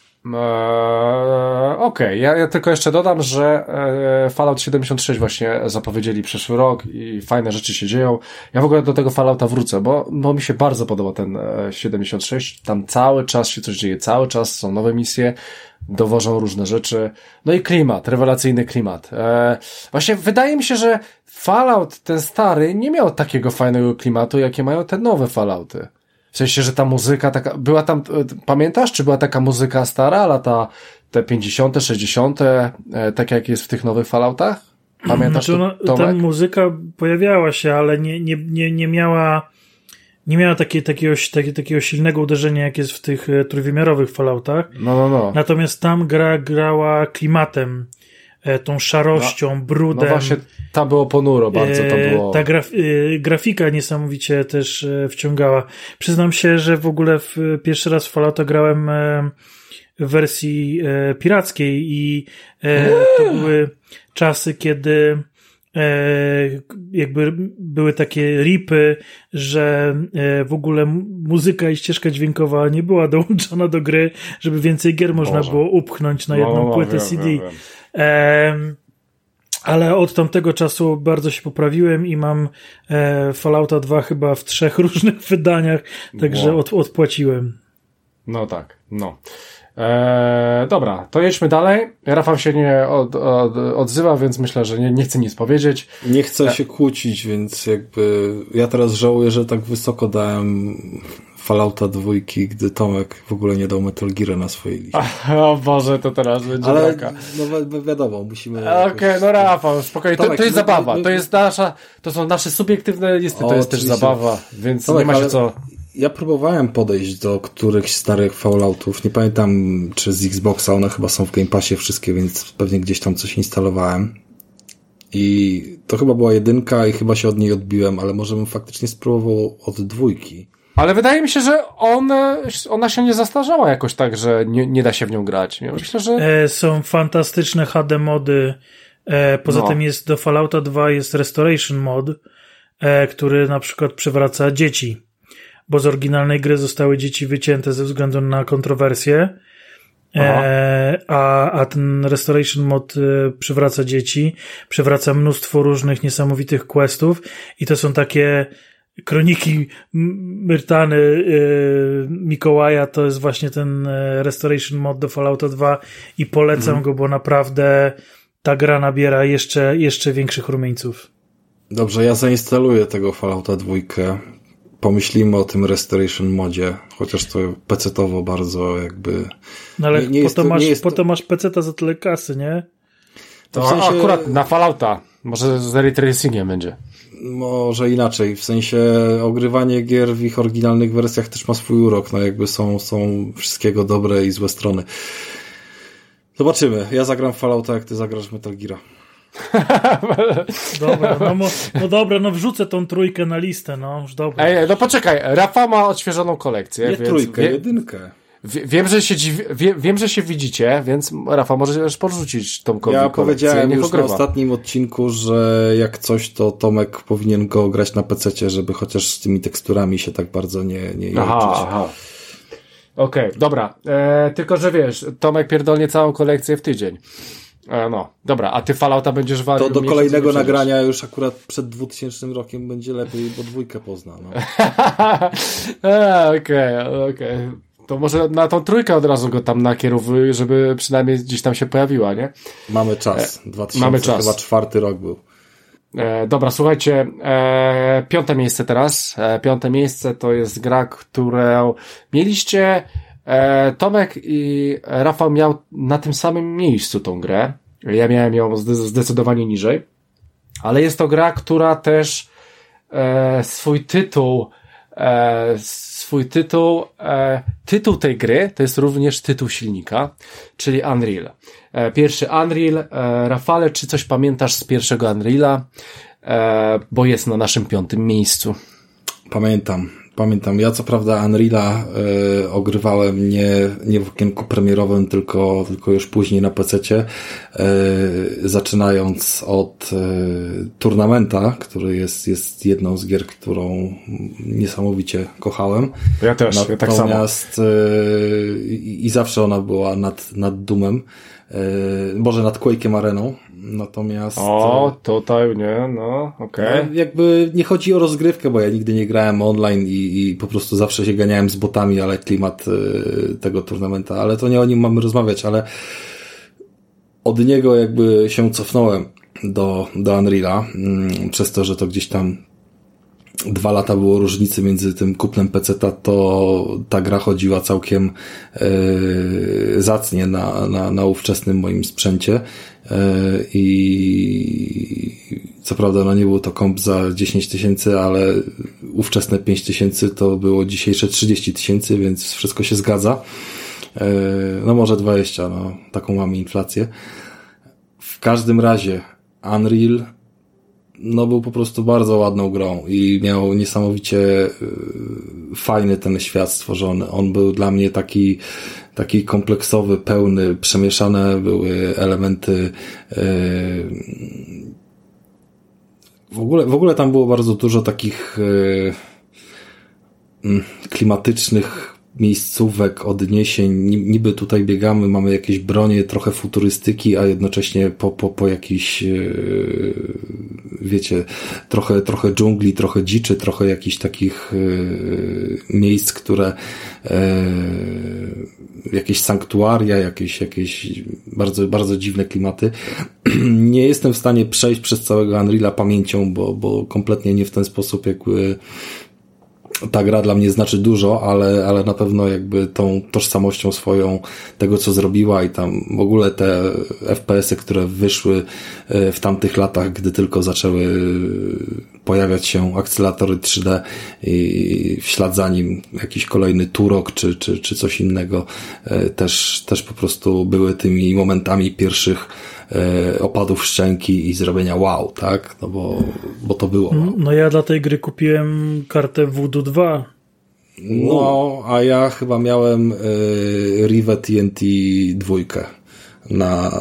Okej. Ja tylko jeszcze dodam, że Fallout 76 właśnie zapowiedzieli przyszły rok i fajne rzeczy się dzieją. Ja w ogóle do tego Fallouta wrócę, bo mi się bardzo podoba ten 76. Tam cały czas się coś dzieje, cały czas są nowe misje, dowożą różne rzeczy. No i klimat, rewelacyjny klimat. Właśnie wydaje mi się, że Fallout ten stary nie miał takiego fajnego klimatu, jakie mają te nowe Fallouty. W sensie, że ta muzyka taka, była tam, pamiętasz, czy była taka muzyka stara, lata te 50., 60., tak jak jest w tych nowych Falloutach? Pamiętasz to, ta muzyka pojawiała się, ale nie nie miała takiego silnego uderzenia, jak jest w tych trójwymiarowych Falloutach. No. Natomiast tam grała klimatem, tą szarością, brudem. No właśnie, tam było ponuro bardzo, tam było... Ta grafika niesamowicie też wciągała. Przyznam się, że w ogóle pierwszy raz w Fallouta grałem w wersji pirackiej i to były czasy, kiedy jakby były takie ripy, że w ogóle muzyka i ścieżka dźwiękowa nie była dołączona do gry, żeby więcej gier można było upchnąć na jedną płytę CD. Ale od tamtego czasu bardzo się poprawiłem i mam Fallouta 2 chyba w 3 różnych wydaniach, także odpłaciłem. No tak, no. Dobra, to jedźmy dalej. Rafał się nie odzywa, więc myślę, że nie chce nic powiedzieć. Nie chcę się kłócić, więc jakby ja teraz żałuję, że tak wysoko dałem Fallouta 2, gdy Tomek w ogóle nie dał Metal Gear na swojej liście. O Boże, to teraz będzie ale taka. No wiadomo, musimy... Okej, no Rafał, spokojnie, Tomek, to jest zabawa, to są nasze subiektywne listy, to jest oczywiście. też zabawa, więc Tomek, nie ma się co... Ja próbowałem podejść do którychś starych Falloutów, nie pamiętam czy z Xboxa, one chyba są w Game Passie wszystkie, więc pewnie gdzieś tam coś instalowałem. I to chyba była 1 i chyba się od niej odbiłem, ale może bym faktycznie spróbował od 2. Ale wydaje mi się, że ona się nie zastarzała jakoś tak, że nie da się w nią grać. Ja myślę, że... Są fantastyczne HD mody. Poza tym jest do Fallouta 2 jest Restoration mod, który na przykład przywraca dzieci. Bo z oryginalnej gry zostały dzieci wycięte ze względu na kontrowersje. A ten Restoration mod przywraca dzieci, przywraca mnóstwo różnych niesamowitych questów i to są takie kroniki Myrtany Mikołaja, to jest właśnie ten Restoration mod do Fallouta 2 i polecam go, bo naprawdę ta gra nabiera jeszcze większych rumieńców. Dobrze, ja zainstaluję tego Fallouta 2. Pomyślimy o tym Restoration modzie, chociaż to pecetowo bardzo jakby... No ale po to masz peceta za tyle kasy, nie? To w sensie... akurat na Fallouta. Może z ray tracingiem będzie. Może inaczej, w sensie ogrywanie gier w ich oryginalnych wersjach też ma swój urok, no jakby są wszystkiego dobre i złe strony. Zobaczymy, ja zagram Fallouta, jak ty zagrasz Metal Geara. Dobra, no wrzucę tą 3 na listę, no już dobra. Ej, no poczekaj, Rafa ma odświeżoną kolekcję. Nie więc 3, 1. Wiem, że się widzicie, więc Rafa, możesz porzucić tą kolekcję. Ja powiedziałem już na ostatnim odcinku, że jak coś, to Tomek powinien go grać na PC-cie, żeby chociaż z tymi teksturami się tak bardzo nie jęczyć. Aha. Okej, dobra. Tylko, że wiesz, Tomek pierdolnie całą kolekcję w tydzień. No, dobra, a ty Fallouta będziesz walił. To do kolejnego nagrania już akurat przed 2000 rokiem będzie lepiej, bo 2 pozna. No. Okej. To może na tą 3 od razu go tam nakierowuj, żeby przynajmniej gdzieś tam się pojawiła, nie? Mamy czas. 2004 rok był. Dobra, słuchajcie, 5. miejsce teraz. 5. miejsce to jest gra, którą mieliście... Tomek i Rafał miał na tym samym miejscu tą grę. Ja miałem ją zdecydowanie niżej. Ale jest to gra, która też tytuł tej gry to jest również tytuł silnika, czyli Unreal. Pierwszy Unreal. Rafale, czy coś pamiętasz z pierwszego Unreala? Bo jest na naszym 5. miejscu. Pamiętam. Ja co prawda Unreala ogrywałem nie w okienku premierowym, tylko już później na PC-cie, zaczynając od Tournamenta, który jest jedną z gier, którą niesamowicie kochałem. Ja też, tak samo. Natomiast i zawsze ona była nad Doomem, może nad Quake'em Areną. Natomiast... tutaj nie, no, okej. No, jakby nie chodzi o rozgrywkę, bo ja nigdy nie grałem online i po prostu zawsze się ganiałem z botami, ale klimat tego Tournamenta, ale to nie o nim mamy rozmawiać, ale od niego jakby się cofnąłem do Unreala, przez to, że to gdzieś tam 2 lata było różnicy między tym kupnem PC-ta, to ta gra chodziła całkiem zacnie na ówczesnym moim sprzęcie i co prawda nie był to komp za 10 000, ale ówczesne 5000 to było dzisiejsze 30 000, więc wszystko się zgadza. No może 20, no taką mamy inflację. W każdym razie Unreal no był po prostu bardzo ładną grą i miał niesamowicie fajny ten świat stworzony. On był dla mnie taki kompleksowy, pełny, przemieszane były elementy w ogóle tam było bardzo dużo takich klimatycznych miejscówek, odniesień, niby tutaj biegamy, mamy jakieś bronie, trochę futurystyki, a jednocześnie po jakiś wiecie, trochę dżungli, trochę dziczy, trochę jakichś takich miejsc, które jakieś sanktuaria, jakieś bardzo, bardzo dziwne klimaty. Nie jestem w stanie przejść przez całego Unreala pamięcią, bo kompletnie nie w ten sposób jakby ta gra dla mnie znaczy dużo, ale na pewno jakby tą tożsamością swoją tego, co zrobiła i tam w ogóle te FPS-y, które wyszły w tamtych latach, gdy tylko zaczęły pojawiać się akceleratory 3D i w ślad za nim jakiś kolejny Turok czy coś innego, też po prostu były tymi momentami pierwszych opadów szczęki i zrobienia wow, tak? No bo to było wow. No ja dla tej gry kupiłem kartę Voodoo 2. No, a ja chyba miałem Rivet TNT 2 na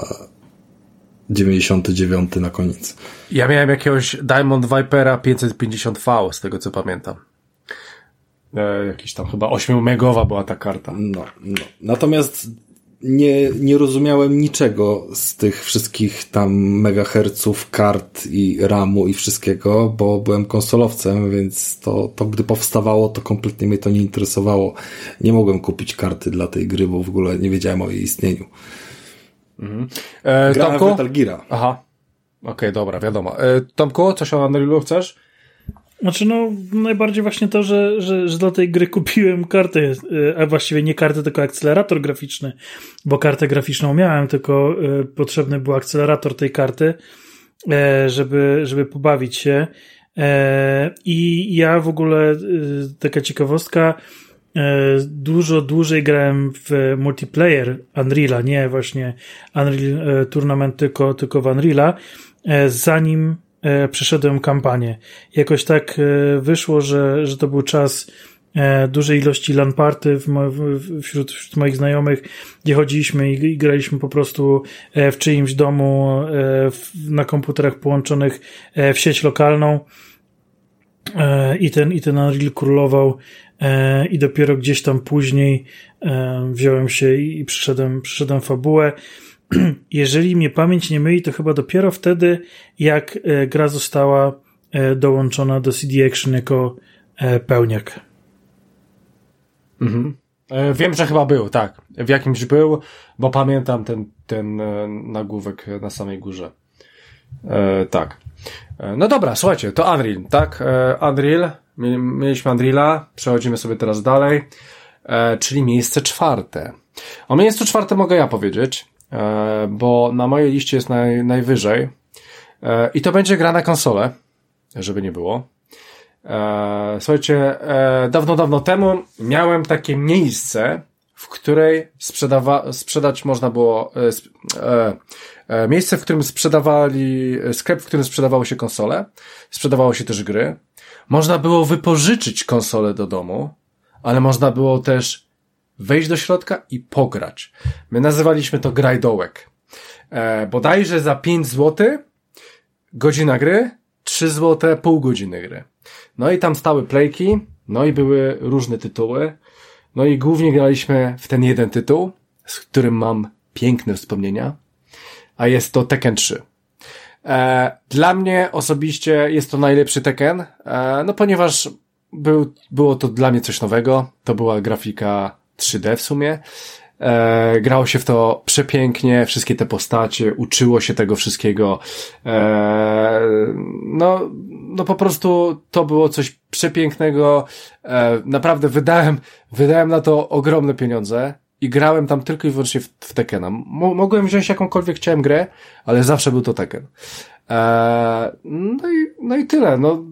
99 na koniec. Ja miałem jakiegoś Diamond Vipera 550V, z tego co pamiętam. Jakiś tam chyba 8-megowa była ta karta. No. Natomiast nie rozumiałem niczego z tych wszystkich tam megaherców, kart i ramu i wszystkiego, bo byłem konsolowcem, więc to gdy powstawało, to kompletnie mnie to nie interesowało. Nie mogłem kupić karty dla tej gry, bo w ogóle nie wiedziałem o jej istnieniu. Mhm. Grałem w Metal Geara. Aha. Okej, dobra, wiadomo. Tomku, coś o Unrealu chcesz? Znaczy no, najbardziej właśnie to, że do tej gry kupiłem kartę, a właściwie nie kartę, tylko akcelerator graficzny, bo kartę graficzną miałem, tylko potrzebny był akcelerator tej karty, żeby pobawić się. I ja w ogóle, taka ciekawostka, dużo dłużej grałem w multiplayer Unreala, nie właśnie Unreal Tournament, tylko w Unreala, zanim przeszedłem kampanię. Jakoś tak wyszło, że to był czas dużej ilości LAN party wśród moich znajomych, gdzie chodziliśmy i graliśmy po prostu w czyimś domu na komputerach połączonych w sieć lokalną i ten Unreal królował i dopiero gdzieś tam później wziąłem się i przyszedłem fabułę. Jeżeli mnie pamięć nie myli, to chyba dopiero wtedy, jak gra została dołączona do CD Action jako pełniak. Mhm. Wiem, że chyba był, tak. W jakimś był, bo pamiętam ten nagłówek na samej górze. Tak. No dobra, słuchajcie, to Unreal, tak? Unreal, mieliśmy Unreala, przechodzimy sobie teraz dalej, czyli miejsce 4. O miejscu 4 mogę ja powiedzieć, bo na mojej liście jest najwyżej i to będzie gra na konsolę, żeby nie było. Słuchajcie, dawno temu miałem takie miejsce, w której sprzedać można było miejsce, w którym sklep, w którym sprzedawało się konsole, sprzedawało się też gry. Można było wypożyczyć konsolę do domu, ale można było też wejść do środka i pograć. My nazywaliśmy to grajdołek. Bodajże za 5 zł godzina gry, 3 zł pół godziny gry. No i tam stały playki, no i były różne tytuły. No i głównie graliśmy w ten jeden tytuł, z którym mam piękne wspomnienia, a jest to Tekken 3. Dla mnie osobiście jest to najlepszy Tekken, no ponieważ było to dla mnie coś nowego, to była grafika 3D w sumie, grało się w to przepięknie, wszystkie te postacie, uczyło się tego wszystkiego, no po prostu to było coś przepięknego, naprawdę wydałem na to ogromne pieniądze i grałem tam tylko i wyłącznie w Tekkena. Mogłem wziąć jakąkolwiek chciałem grę, ale zawsze był to Tekken. No i tyle, no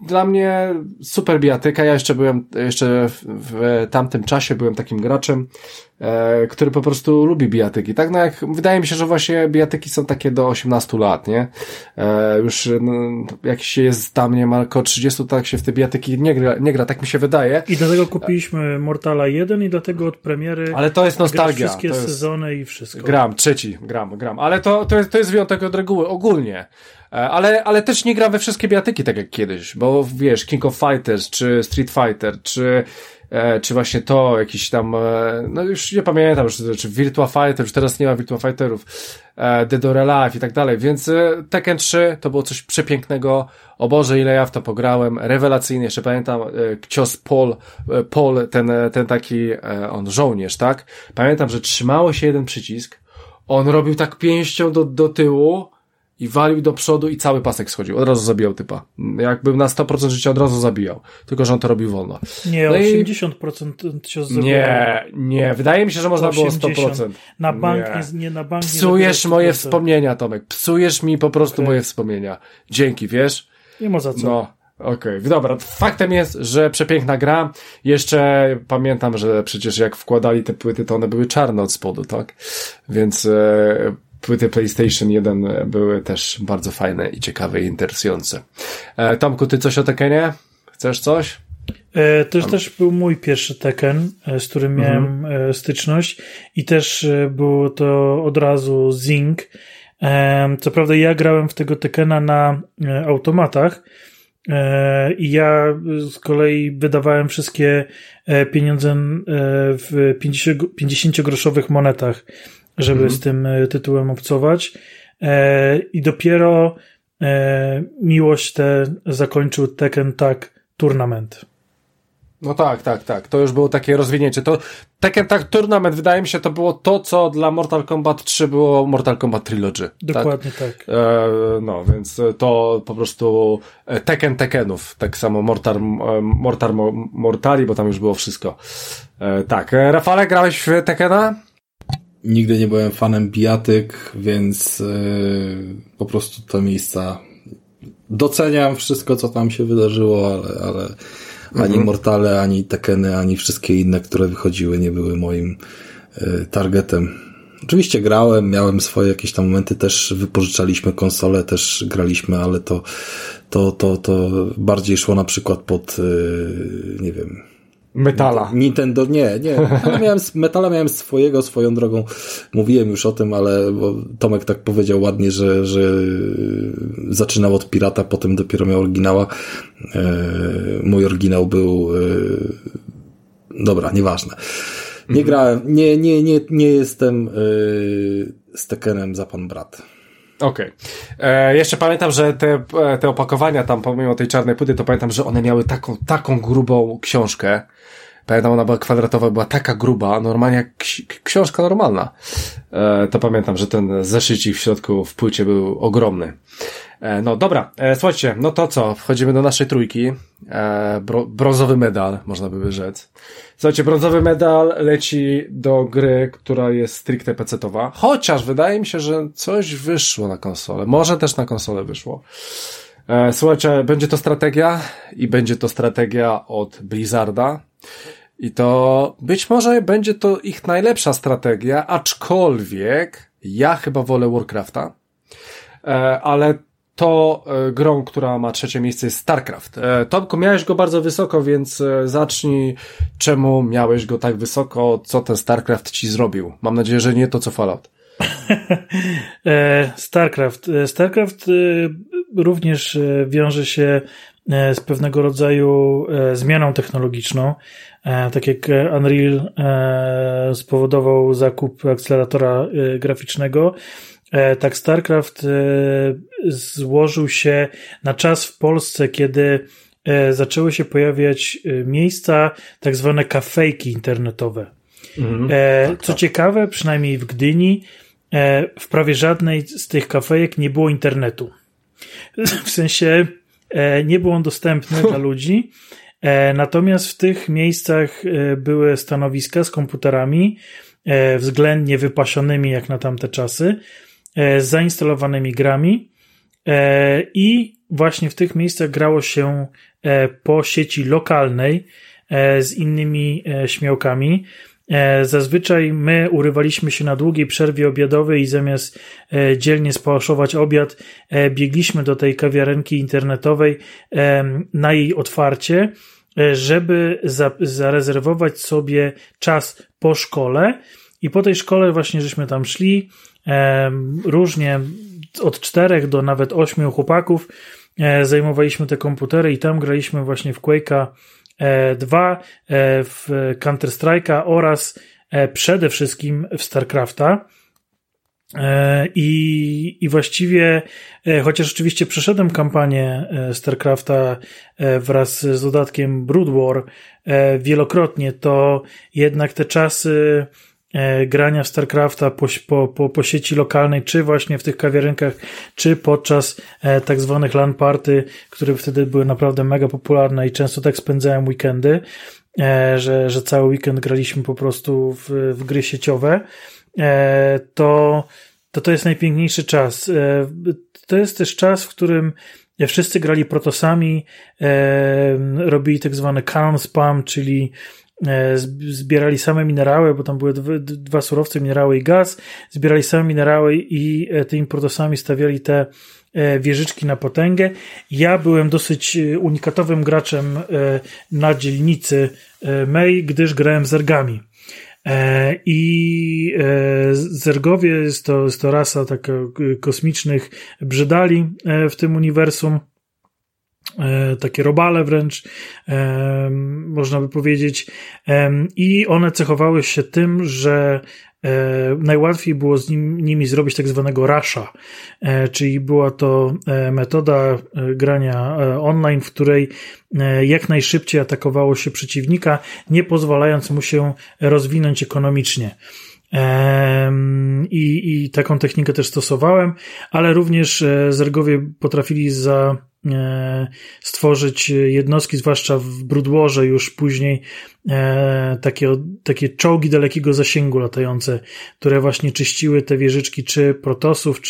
dla mnie super bijatyka. Ja jeszcze w tamtym czasie byłem takim graczem, który po prostu lubi bijatyki. Tak, no jak, wydaje mi się, że właśnie bijatyki są takie do 18 lat, nie? Już, jak się jest tam, nie ma około 30, tak się w te bijatyki nie gra, tak mi się wydaje. I dlatego kupiliśmy Mortala 1 i dlatego od premiery. Ale to jest nostalgia. Wszystkie to jest... sezony i wszystko. Gram. Ale to jest wyjątek od reguły, ogólnie. Ale też nie gram we wszystkie bijatyki tak jak kiedyś, bo wiesz, King of Fighters, czy Street Fighter, czy właśnie to, jakiś tam, no już nie pamiętam, czy Virtua Fighter, już teraz nie ma Virtua Fighterów, Dead or Alive i tak dalej, więc Tekken 3 to było coś przepięknego, o Boże, ile ja w to pograłem, rewelacyjnie, jeszcze pamiętam cios Paul, ten taki, on żołnierz, tak? Pamiętam, że trzymało się jeden przycisk, on robił tak pięścią do tyłu, i walił do przodu i cały pasek schodził. Od razu zabijał typa. Jak był na 100% życia, od razu zabijał. Tylko, że on to robił wolno. Nie, no 80% cios zabijał. Nie. Wydaje mi się, że można było 100%. Na bank nie na bank. Psujesz moje wspomnienia, Tomek. Psujesz mi po prostu moje wspomnienia. Dzięki, wiesz? Nie ma za co. No. Okej, dobra. Faktem jest, że przepiękna gra. Jeszcze pamiętam, że przecież jak wkładali te płyty, to one były czarne od spodu, tak? Więc płyty PlayStation 1 były też bardzo fajne i ciekawe i interesujące. Tomku, ty coś o Tekkenie? Chcesz coś? Też był mój pierwszy Tekken, z którym miałem styczność i też było to od razu Zing. Co prawda ja grałem w tego Tekkena na automatach i ja z kolei wydawałem wszystkie pieniądze w 50-groszowych monetach, żeby z tym tytułem obcować. I dopiero miłość tę zakończył Tekken Tag Tournament. No tak. To już było takie rozwinięcie. To Tekken Tag Tournament, wydaje mi się, to było to, co dla Mortal Kombat 3 było Mortal Kombat Trilogy. Dokładnie tak. No, więc to po prostu Tekkenów. Tak samo Mortali, bo tam już było wszystko. Tak. Rafale, grałeś w Tekkena? Nigdy nie byłem fanem bijatyk, więc po prostu te miejsca doceniam wszystko, co tam się wydarzyło, ale ani Mortale, ani Tekkeny, ani wszystkie inne, które wychodziły, nie były moim targetem. Oczywiście grałem, miałem swoje jakieś tam momenty, też wypożyczaliśmy konsole, też graliśmy, ale to bardziej szło na przykład pod, nie wiem... Metala. Nintendo, nie. Metala miałem swoją drogą. Mówiłem już o tym, bo Tomek tak powiedział ładnie, że zaczynał od pirata, potem dopiero miał oryginała. Mój oryginał był dobra, nieważne. Nie grałem, nie jestem z Tekkenem za pan brat. Okej. Jeszcze pamiętam, że te opakowania tam, pomimo tej czarnej płyty, to pamiętam, że one miały taką grubą książkę. Pamiętam, ona była kwadratowa, była taka gruba, normalnie jak książka normalna. To pamiętam, że ten zeszycik w środku w płycie był ogromny. No dobra, słuchajcie, no to co? Wchodzimy do naszej trójki. Brązowy medal, można by rzec. Słuchajcie, brązowy medal leci do gry, która jest stricte pecetowa. Chociaż wydaje mi się, że coś wyszło na konsolę. Może też na konsolę wyszło. Słuchajcie, będzie to strategia i będzie to strategia od Blizzarda. I to być może będzie to ich najlepsza strategia, aczkolwiek ja chyba wolę Warcrafta. Ale to grą, która ma 3. miejsce jest StarCraft. Tomku, miałeś go bardzo wysoko, więc zacznij, czemu miałeś go tak wysoko, co ten StarCraft ci zrobił. Mam nadzieję, że nie to, co Fallout. StarCraft również wiąże się z pewnego rodzaju zmianą technologiczną. Tak jak Unreal spowodował zakup akceleratora graficznego, tak StarCraft złożył się na czas w Polsce, kiedy zaczęły się pojawiać miejsca, tak zwane kafejki internetowe. Co ciekawe, przynajmniej w Gdyni, w prawie żadnej z tych kafejek nie było internetu. W sensie nie był on dostępny dla ludzi, natomiast w tych miejscach były stanowiska z komputerami względnie wypasionymi jak na tamte czasy, z zainstalowanymi grami I właśnie w tych miejscach grało się po sieci lokalnej z innymi śmiałkami. Zazwyczaj my urywaliśmy się na długiej przerwie obiadowej i zamiast dzielnie spałaszować obiad, biegliśmy do tej kawiarenki internetowej na jej otwarcie, żeby zarezerwować sobie czas po szkole i po tej szkole właśnie żeśmy tam szli, różnie od 4 do nawet 8 chłopaków zajmowaliśmy te komputery i tam graliśmy właśnie w Quake'a 2, w Counter-Strike'a oraz przede wszystkim w StarCrafta. I właściwie, chociaż oczywiście przeszedłem kampanię StarCrafta wraz z dodatkiem Brood War wielokrotnie, to jednak te czasy grania w StarCrafta po sieci lokalnej, czy właśnie w tych kawiarenkach, czy podczas tak zwanych LAN party, które wtedy były naprawdę mega popularne i często tak spędzałem weekendy, że cały weekend graliśmy po prostu w gry sieciowe, to jest najpiękniejszy czas. To jest też czas, w którym wszyscy grali protosami, robili tak zwany cannon spam, czyli zbierali same minerały, bo tam były dwa surowce, minerały i gaz, zbierali same minerały i tymi protosami stawiali te wieżyczki na potęgę. Ja byłem dosyć unikatowym graczem na dzielnicy mej, gdyż grałem zergami. I zergowie jest to rasa taka kosmicznych brzydali w tym uniwersum, takie robale wręcz, można by powiedzieć, i one cechowały się tym, że najłatwiej było z nimi zrobić tak zwanego rusha, czyli była to metoda grania online, w której jak najszybciej atakowało się przeciwnika, nie pozwalając mu się rozwinąć ekonomicznie. I taką technikę też stosowałem, ale również zergowie potrafili stworzyć jednostki, zwłaszcza w Brood Warze już później, takie czołgi dalekiego zasięgu latające, które właśnie czyściły te wieżyczki czy protosów,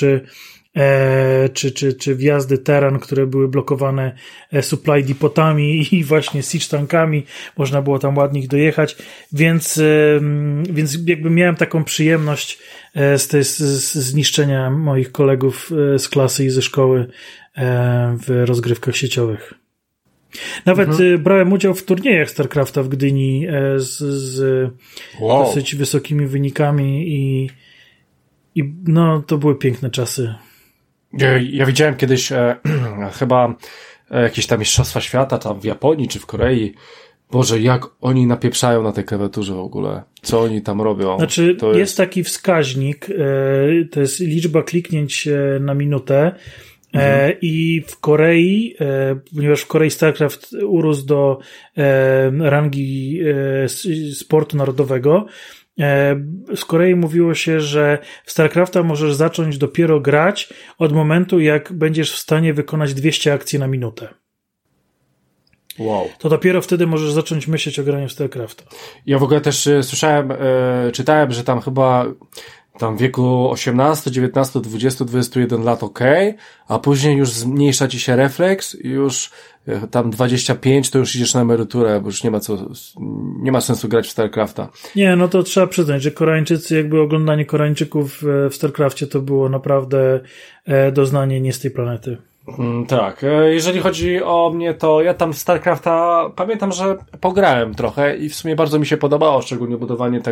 czy wjazdy Terran, które były blokowane supply depotami i właśnie siege tankami, można było tam ładnie dojechać, więc jakby miałem taką przyjemność z zniszczenia moich kolegów z klasy i ze szkoły w rozgrywkach sieciowych. Nawet brałem udział w turniejach StarCrafta w Gdyni z dosyć wysokimi wynikami i no to były piękne czasy. Ja widziałem kiedyś chyba jakieś tam mistrzostwa świata tam w Japonii czy w Korei. Boże, jak oni napieprzają na tej klawiaturze w ogóle. Co oni tam robią? Znaczy, jest taki wskaźnik, to jest liczba kliknięć na minutę. I w Korei, ponieważ w Korei StarCraft urósł do rangi sportu narodowego, z Korei mówiło się, że w StarCrafta możesz zacząć dopiero grać od momentu, jak będziesz w stanie wykonać 200 akcji na minutę. Wow. To dopiero wtedy możesz zacząć myśleć o graniu w StarCrafta. Ja w ogóle też słyszałem, czytałem, że tam chyba tam w wieku 18, 19, 20, 21 lat a później już zmniejsza ci się refleks i już tam 25 to już idziesz na emeryturę, bo już nie ma sensu grać w StarCrafta. Nie, no to trzeba przyznać, że Koreańczycy, jakby oglądanie Koreańczyków w StarCrafcie to było naprawdę doznanie nie z tej planety. Tak, jeżeli chodzi o mnie, to ja tam w StarCrafta pamiętam, że pograłem trochę i w sumie bardzo mi się podobało, szczególnie budowanie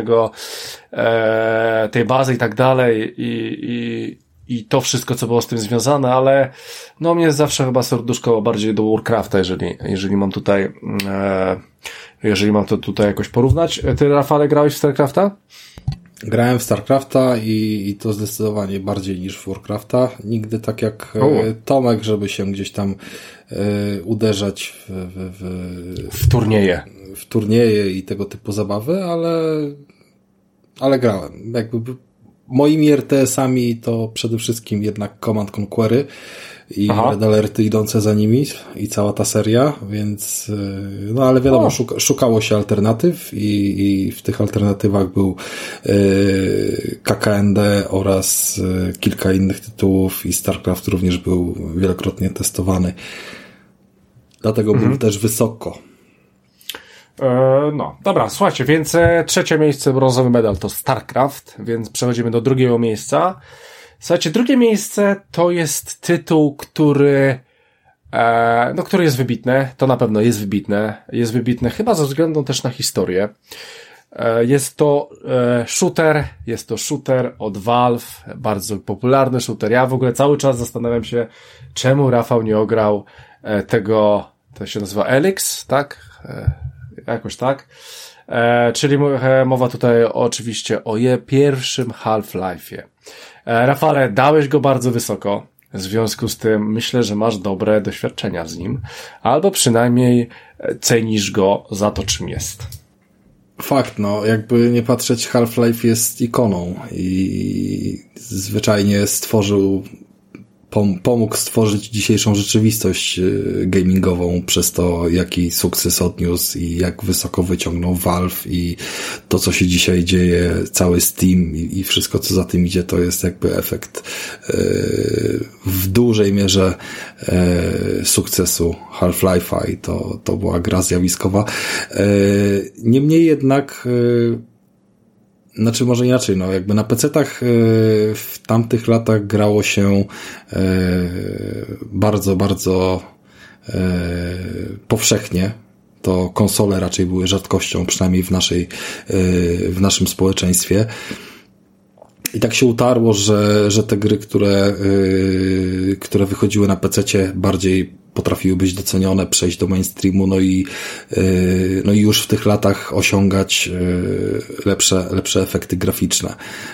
tej bazy i tak dalej i to wszystko, co było z tym związane, ale no mnie zawsze chyba serduszko bardziej do Warcrafta, jeżeli mam to tutaj jakoś porównać. Ty, Rafale, grałeś w StarCrafta? Grałem w StarCrafta i to zdecydowanie bardziej niż w Warcrafta. Nigdy tak jak Tomek, żeby się gdzieś tam uderzać w turnieje. W turnieje i tego typu zabawy, ale grałem. Jakby moimi RTS-ami to przede wszystkim jednak Command Conquery i Red Alerty idące za nimi i cała ta seria, więc no ale wiadomo, szukało się alternatyw i w tych alternatywach był KKND oraz kilka innych tytułów i StarCraft również był wielokrotnie testowany. Dlatego był też wysoko. No, dobra, słuchajcie, więc trzecie miejsce, brązowy medal to StarCraft, więc przechodzimy do drugiego miejsca. Słuchajcie, drugie miejsce to jest tytuł, który jest wybitny, to na pewno jest wybitne chyba ze względu też na historię. Jest to shooter od Valve, bardzo popularny shooter. Ja w ogóle cały czas zastanawiam się, czemu Rafał nie ograł tego, to się nazywa Elix, tak? Jakoś tak. Czyli mowa tutaj oczywiście o pierwszym Half-Life'ie. Rafale, dałeś go bardzo wysoko. W związku z tym myślę, że masz dobre doświadczenia z nim. Albo przynajmniej cenisz go za to, czym jest. Fakt, no, jakby nie patrzeć, Half-Life jest ikoną i zwyczajnie pomógł stworzyć dzisiejszą rzeczywistość gamingową przez to, jaki sukces odniósł i jak wysoko wyciągnął Valve i to, co się dzisiaj dzieje, cały Steam i wszystko, co za tym idzie, to jest jakby efekt w dużej mierze sukcesu Half-Life'a i to była gra zjawiskowa. Niemniej jednak znaczy może inaczej, no jakby na PC-tach w tamtych latach grało się bardzo, bardzo powszechnie. To konsole raczej były rzadkością, przynajmniej w naszym społeczeństwie. I tak się utarło, że te gry, które wychodziły na PC-cie, bardziej potrafiły być docenione, przejść do mainstreamu, no i już w tych latach osiągać lepsze efekty graficzne.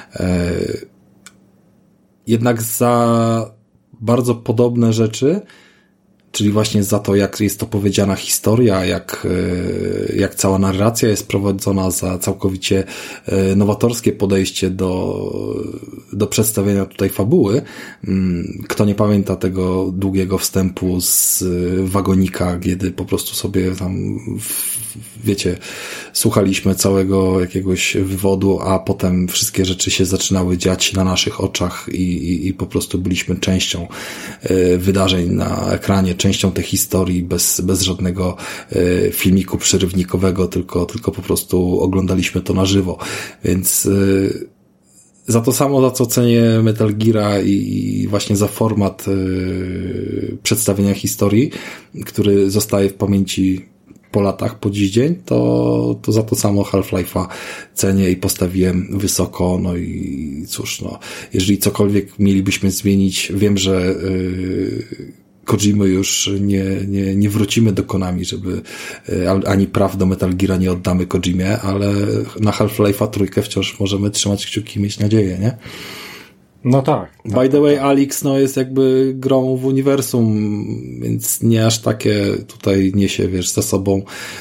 Jednak za bardzo podobne rzeczy, czyli właśnie za to, jak jest opowiedziana historia, jak cała narracja jest prowadzona, za całkowicie nowatorskie podejście do przedstawienia tutaj fabuły. Kto nie pamięta tego długiego wstępu z wagonika, kiedy po prostu sobie tam, wiecie, słuchaliśmy całego jakiegoś wywodu, a potem wszystkie rzeczy się zaczynały dziać na naszych oczach i po prostu byliśmy częścią wydarzeń na ekranie, częścią tej historii bez żadnego filmiku przerywnikowego, tylko po prostu oglądaliśmy to na żywo. Więc za to samo, za co cenię Metal Geara i właśnie za format przedstawienia historii, który zostaje w pamięci po latach, po dziś dzień, to za to samo Half-Life'a cenię i postawiłem wysoko. No i cóż, no, jeżeli cokolwiek mielibyśmy zmienić, wiem, że Kojimy już nie wrócimy do Konami, żeby ani praw do Metal Geara nie oddamy Kojimie, ale na Half-Life'a 3 wciąż możemy trzymać kciuki i mieć nadzieję, nie? No tak. By the way, Alyx jest jakby grą w uniwersum, więc nie aż takie tutaj niesie, wiesz, za sobą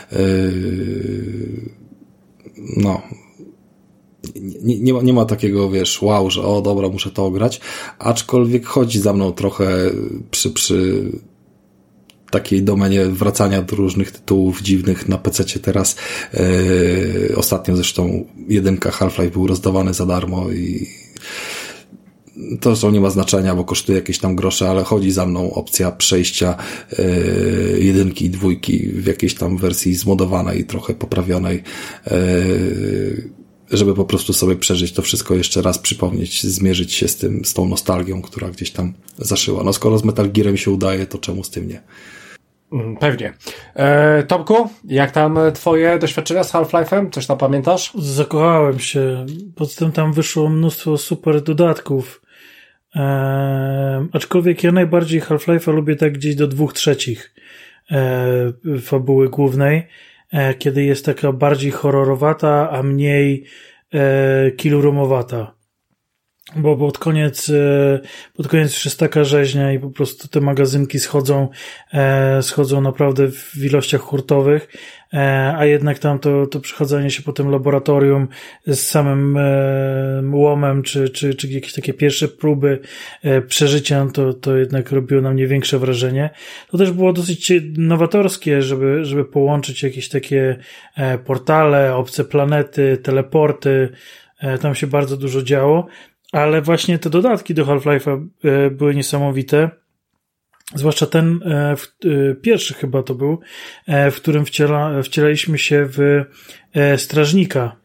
nie ma takiego, wiesz, wow, że o dobra, muszę to ograć, aczkolwiek chodzi za mną trochę przy takiej domenie wracania do różnych tytułów dziwnych na PC-cie teraz. Ostatnio zresztą 1 Half-Life był rozdawany za darmo i to zresztą nie ma znaczenia, bo kosztuje jakieś tam grosze, ale chodzi za mną opcja przejścia 1 i 2 w jakiejś tam wersji zmodowanej, trochę poprawionej, żeby po prostu sobie przeżyć to wszystko jeszcze raz, przypomnieć, zmierzyć się z tą nostalgią, która gdzieś tam zaszyła. No skoro z Metal Gearem się udaje, to czemu z tym nie? Pewnie. Tomku, jak tam twoje doświadczenia z Half-Life'em? Coś tam pamiętasz? Zakochałem się. Poza tym tam wyszło mnóstwo super dodatków. Aczkolwiek ja najbardziej Half-Life'a lubię tak gdzieś do 2/3 fabuły głównej, kiedy jest taka bardziej horrorowata, a mniej killroomowata. bo pod koniec już jest taka rzeźnia i po prostu te magazynki schodzą naprawdę w ilościach hurtowych, a jednak tam to przechadzanie się po tym laboratorium z samym łomem, czy jakieś takie pierwsze próby przeżycia, to jednak robiło na mnie większe wrażenie. To też było dosyć nowatorskie, żeby połączyć jakieś takie portale, obce planety, teleporty, tam się bardzo dużo działo. Ale właśnie te dodatki do Half-Life'a były niesamowite. Zwłaszcza ten pierwszy chyba to był, w którym wcielaliśmy się w strażnika,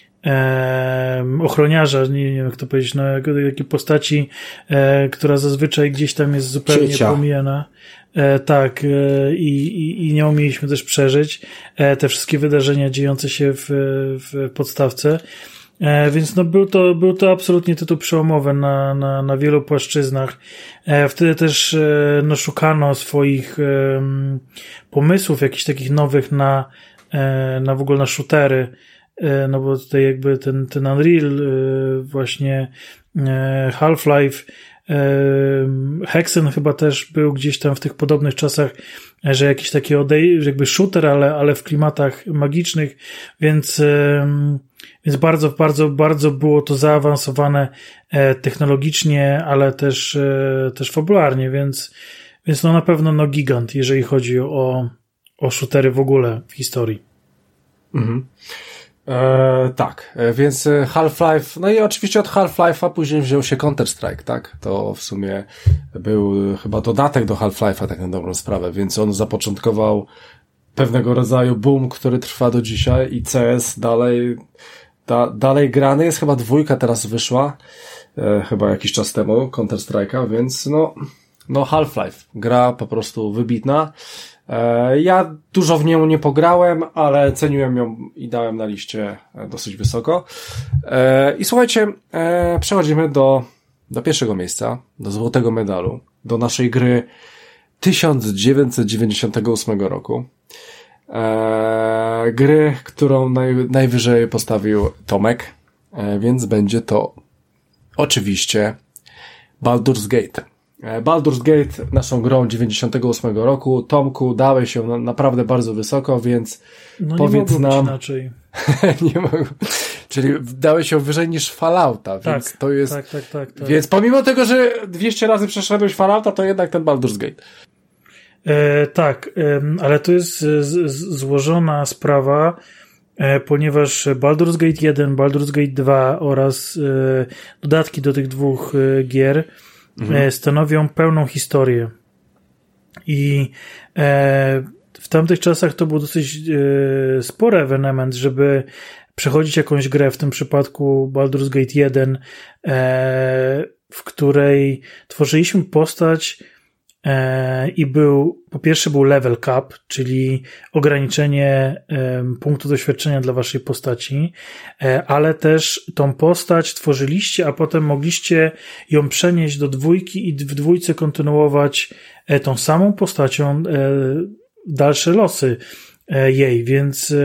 ochroniarza, nie wiem jak to powiedzieć, no jakiej postaci, która zazwyczaj gdzieś tam jest zupełnie pomijana. Tak, i nią mieliśmy też przeżyć te wszystkie wydarzenia dziejące się w podstawce. Więc no był to absolutnie tytuł przełomowy na wielu płaszczyznach. Wtedy też no szukano swoich pomysłów jakichś takich nowych na w ogóle na shootery, no bo tutaj jakby ten Unreal, właśnie Half-Life, Hexen chyba też był gdzieś tam w tych podobnych czasach, że jakiś taki jakby shooter, ale w klimatach magicznych, więc bardzo, bardzo, bardzo było to zaawansowane technologicznie, ale też fabularnie, więc no na pewno no gigant, jeżeli chodzi o shootery w ogóle w historii. Mhm. Tak, więc Half-Life, no i oczywiście od Half-Life'a później wziął się Counter-Strike, tak? To w sumie był chyba dodatek do Half-Life'a, tak na dobrą sprawę, więc on zapoczątkował pewnego rodzaju boom, który trwa do dzisiaj i CS dalej grany jest, chyba 2 teraz wyszła, chyba jakiś czas temu, Counter-Strike'a, więc no Half-Life, gra po prostu wybitna. Ja dużo w nią nie pograłem, ale ceniłem ją i dałem na liście dosyć wysoko. I słuchajcie, przechodzimy do pierwszego miejsca, do złotego medalu, do naszej gry 1998 roku. Gry, którą najwyżej postawił Tomek, więc będzie to oczywiście Baldur's Gate. Baldur's Gate naszą grą 98 roku. Tomku, dałeś się naprawdę bardzo wysoko, więc no powiedz nie nam... inaczej. Nie mogę. Czyli dałeś się wyżej niż Fallouta, tak, więc to jest... Tak. Więc pomimo tego, że 200 razy przeszedłeś Fallouta, to jednak ten Baldur's Gate. Tak, ale to jest złożona sprawa, ponieważ Baldur's Gate 1, Baldur's Gate 2 oraz dodatki do tych 2 gier stanowią pełną historię. I w tamtych czasach to był dosyć spory ewenement, żeby przechodzić jakąś grę, w tym przypadku Baldur's Gate 1, w której tworzyliśmy postać i po pierwsze był level cap, czyli ograniczenie punktu doświadczenia dla waszej postaci, ale też tą postać tworzyliście, a potem mogliście ją przenieść do 2 i w 2 kontynuować tą samą postacią dalsze losy jej, więc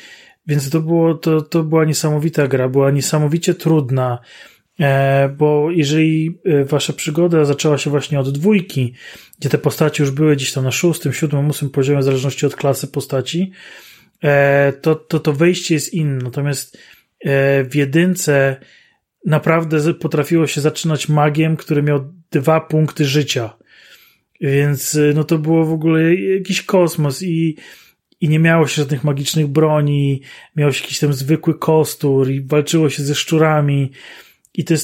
to była niesamowita gra, była niesamowicie trudna, bo jeżeli wasza przygoda zaczęła się właśnie od 2, gdzie te postaci już były gdzieś tam na 6., 7., 8. poziomie, w zależności od klasy postaci, to wejście jest inne. Natomiast w 1 naprawdę potrafiło się zaczynać magiem, który miał 2 punkty życia. Więc no to było w ogóle jakiś kosmos i nie miało się żadnych magicznych broni, miało się jakiś tam zwykły kostur i walczyło się ze szczurami. I to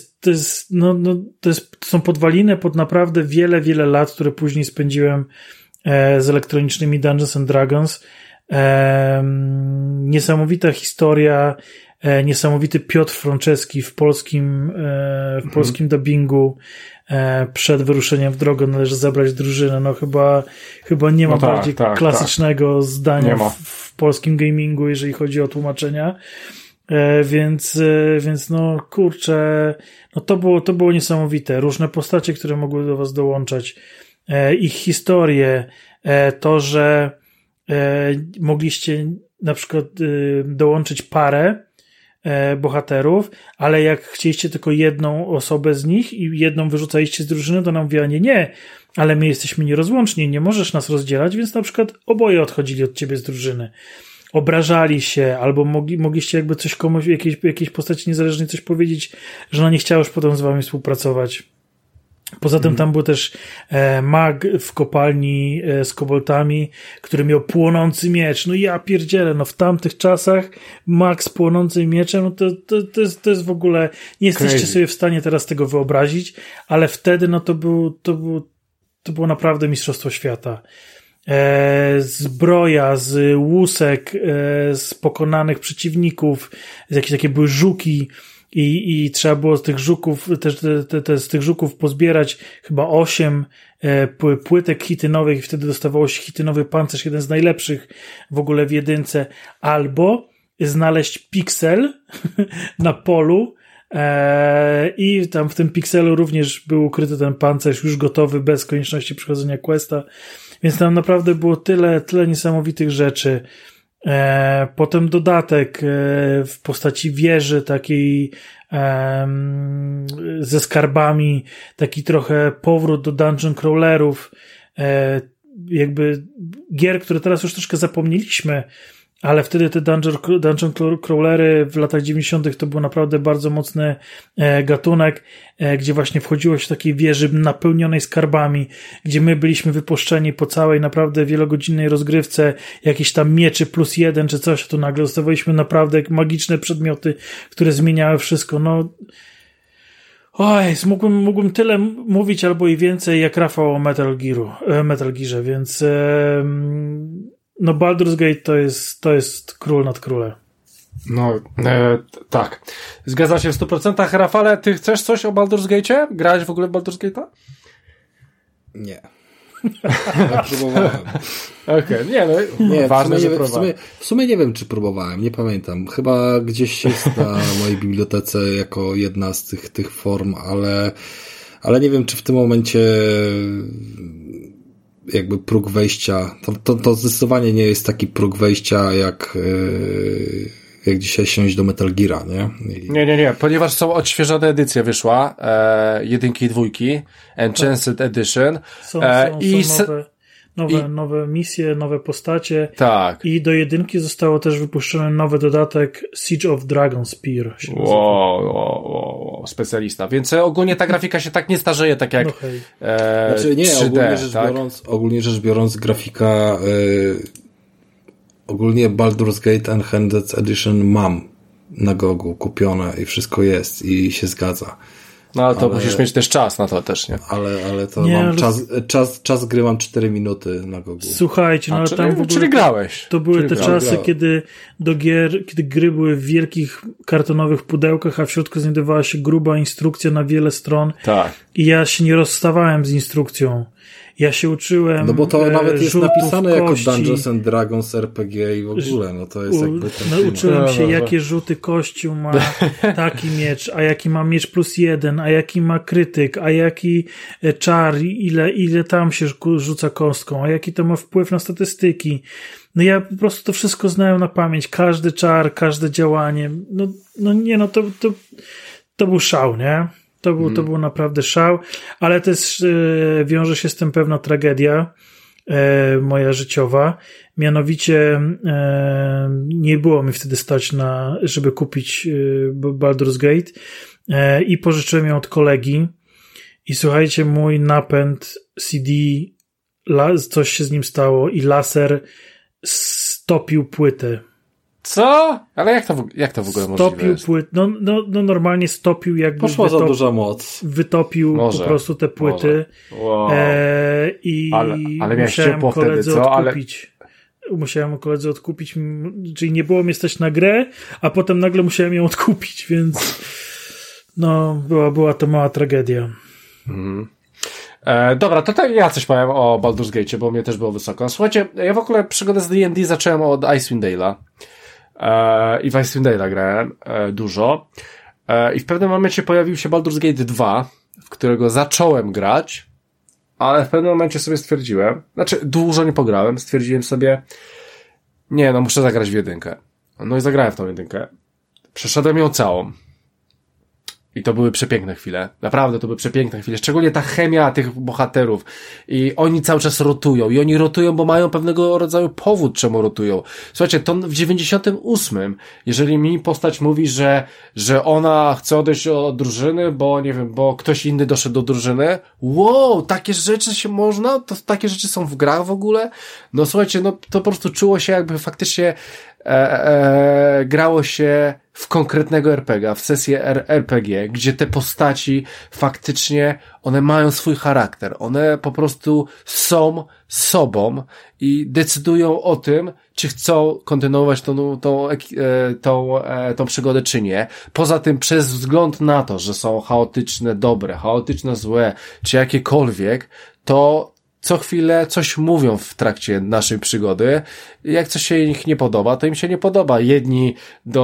są podwaliny pod naprawdę wiele, wiele lat, które później spędziłem z elektronicznymi Dungeons and Dragons. Niesamowita historia, niesamowity Piotr Franceski w polskim dubbingu. Przed wyruszeniem w drogę należy zabrać drużynę. No chyba nie ma bardziej klasycznego zdania w polskim gamingu, jeżeli chodzi o tłumaczenia. Więc no kurczę, no to było niesamowite. Różne postacie, które mogły do was dołączać, ich historie, to, że mogliście na przykład dołączyć parę bohaterów, ale jak chcieliście tylko jedną osobę z nich i jedną wyrzucaliście z drużyny, to nam mówiła nie, ale my jesteśmy nierozłączni, nie możesz nas rozdzielać, więc na przykład oboje odchodzili od ciebie z drużyny. Obrażali się, albo mogliście jakby coś komuś, jakiejś postaci niezależnej coś powiedzieć, że ona nie chciała już potem z wami współpracować. Poza tym tam był też mag w kopalni z koboltami, który miał płonący miecz. No ja pierdzielę, no w tamtych czasach mag z płonącym mieczem, no to jest w ogóle, nie jesteście Crazy. sobie w stanie teraz tego wyobrazić, ale wtedy no to było naprawdę mistrzostwo świata. Zbroja z łusek, z pokonanych przeciwników, jakieś takie były żuki i trzeba było z tych żuków, z tych żuków pozbierać chyba 8 płytek chitynowych i wtedy dostawało się chitynowy pancerz, jeden z najlepszych w ogóle w jedynce, albo znaleźć piksel na polu i tam w tym pikselu również był ukryty ten pancerz już gotowy, bez konieczności przechodzenia questa, więc tam naprawdę było tyle niesamowitych rzeczy. Potem dodatek w postaci wieży takiej ze skarbami, taki trochę powrót do dungeon crawlerów, jakby gier, które teraz już troszkę zapomnieliśmy, ale wtedy te dungeon crawlery w latach 90. to był naprawdę bardzo mocny gatunek, gdzie właśnie wchodziło się w takiej wieży napełnionej skarbami, gdzie my byliśmy wypuszczeni po całej naprawdę wielogodzinnej rozgrywce, jakieś tam mieczy +1 czy coś, to nagle dostawaliśmy naprawdę magiczne przedmioty, które zmieniały wszystko. No, oj, mógłbym tyle mówić albo i więcej jak Rafał o Metal Gearze, więc no Baldur's Gate to jest król nad królem. No, tak. Zgadzam się w 100%. Rafale, ty chcesz coś o Baldur's Gate'cie? Grałeś w ogóle w Baldur's Gate'a? Nie. Ja próbowałem. Okej, nie, no Nie, ważne, że w sumie nie wiem, czy próbowałem, nie pamiętam. Chyba gdzieś jest na mojej bibliotece jako jedna z tych form, ale nie wiem, czy w tym momencie jakby próg wejścia, to zdecydowanie nie jest taki próg wejścia jak dzisiaj siąść do Metal Gear'a, nie? Nie, ponieważ są odświeżone edycje wyszła, 1 i 2, Enchanted Edition. Są nowe misje, nowe postacie. Tak. I do 1 zostało też wypuszczony nowy dodatek Siege of Dragonspear. Wow, specjalista. Więc ogólnie ta grafika się tak nie starzeje, tak jak znaczy nie, 3D, ogólnie rzecz biorąc grafika ogólnie Baldur's Gate Enchanted Edition mam na Gogu kupione i wszystko jest i się zgadza. No ale to musisz mieć też czas na to też, nie? Ale to nie, mam czas gry mam 4 minuty na Gogu. Słuchajcie, no tam w ogóle czyli grałeś. To były te czasy, kiedy gry były w wielkich kartonowych pudełkach, a w środku znajdowała się gruba instrukcja na wiele stron. Tak. I ja się nie rozstawałem z instrukcją. Ja się uczyłem. No bo to nawet jest napisane jako kości. Dungeons and Dragons RPG i w ogóle, no to jest jakby ten uczyłem się, jakie rzuty kością ma taki miecz, a jaki ma miecz +1, a jaki ma krytyk, a jaki czar, ile tam się rzuca kostką, a jaki to ma wpływ na statystyki. No ja po prostu to wszystko znałem na pamięć. Każdy czar, każde działanie. To był szał, nie? To był naprawdę szał, ale też wiąże się z tym pewna tragedia moja życiowa. Mianowicie nie było mi wtedy stać żeby kupić Baldur's Gate i pożyczyłem ją od kolegi i słuchajcie, mój napęd CD, coś się z nim stało i laser stopił płytę. Co? Ale jak to w ogóle możliwe stopił jest? płyt, no normalnie stopił, jakby poszła za duża moc. Wytopił po prostu te płyty. Wow. I ale miałeś musiałem ciepło wtedy, koledzy co? odkupić. Musiałem koledzy odkupić, czyli nie było mnie stać na grę, a potem nagle musiałem ją odkupić, więc no, była to mała tragedia. Dobra, to ja coś powiem o Baldur's Gate, bo mnie też było wysoko. Słuchajcie, ja w ogóle przygodę z D&D zacząłem od Icewind Dale'a. I w Icewind Dale'a grałem dużo. I w pewnym momencie pojawił się Baldur's Gate 2, w którego zacząłem grać, ale w pewnym momencie sobie stwierdziłem, dużo nie pograłem, stwierdziłem sobie, muszę zagrać w 1. No i zagrałem w tą 1. Przeszedłem ją całą. I to były przepiękne chwile. Naprawdę to były przepiękne chwile. Szczególnie ta chemia tych bohaterów. I oni cały czas rotują. I oni rotują, bo mają pewnego rodzaju powód, czemu rotują. Słuchajcie, to w 98, jeżeli mi postać mówi, że ona chce odejść od drużyny, bo nie wiem, bo ktoś inny doszedł do drużyny. Wow, takie rzeczy się można? Takie rzeczy są w grach w ogóle? No słuchajcie, no to po prostu czuło się jakby faktycznie grało się w konkretnego RPG, w sesję RPG, gdzie te postaci faktycznie, one mają swój charakter, one po prostu są sobą i decydują o tym, czy chcą kontynuować tą przygodę, czy nie. Poza tym, przez wzgląd na to, że są chaotyczne dobre, chaotyczne złe, czy jakiekolwiek, to co chwilę coś mówią w trakcie naszej przygody. Jak coś się ich nie podoba, to im się nie podoba. Jedni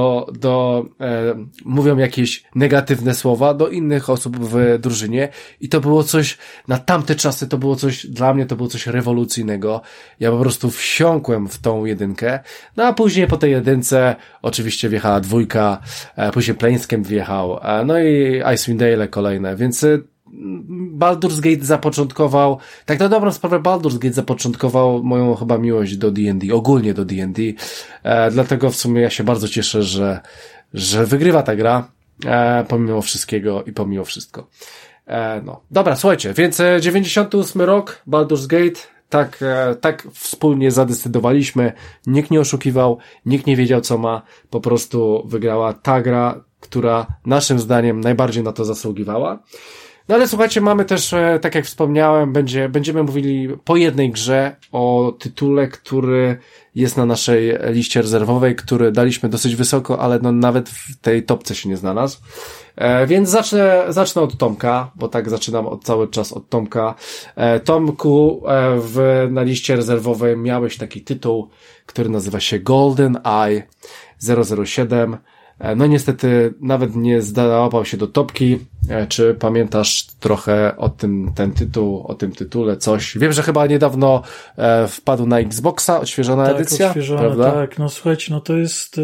mówią jakieś negatywne słowa do innych osób w drużynie i to było coś, na tamte czasy to było coś, dla mnie to było coś rewolucyjnego. Ja po prostu wsiąkłem w tą jedynkę. No a później po tej jedynce oczywiście wjechała dwójka, później Planescape wjechał, no i Icewind Dale kolejne, więc Baldur's Gate zapoczątkował, tak na dobrą sprawę Baldur's Gate zapoczątkował moją chyba miłość do D&D, ogólnie do D&D, dlatego w sumie ja się bardzo cieszę, że wygrywa ta gra, pomimo wszystkiego i pomimo wszystko. No. Dobra, słuchajcie, więc 98 rok, Baldur's Gate, tak wspólnie zadecydowaliśmy, nikt nie oszukiwał, nikt nie wiedział co ma, po prostu wygrała ta gra, która naszym zdaniem najbardziej na to zasługiwała. No ale słuchajcie, mamy też, tak jak wspomniałem, będziemy mówili po jednej grze o tytule, który jest na naszej liście rezerwowej, który daliśmy dosyć wysoko, ale no nawet w tej topce się nie znalazł. Więc zacznę od Tomka, bo tak zaczynam cały czas od Tomka. Tomku, na liście rezerwowej miałeś taki tytuł, który nazywa się GoldenEye 007. No niestety nawet nie załapał się do topki. Czy pamiętasz trochę o tym tytule coś? Wiem, że chyba niedawno wpadł na Xboxa, odświeżona edycja, odświeżona, prawda? Tak, no słuchajcie, no to jest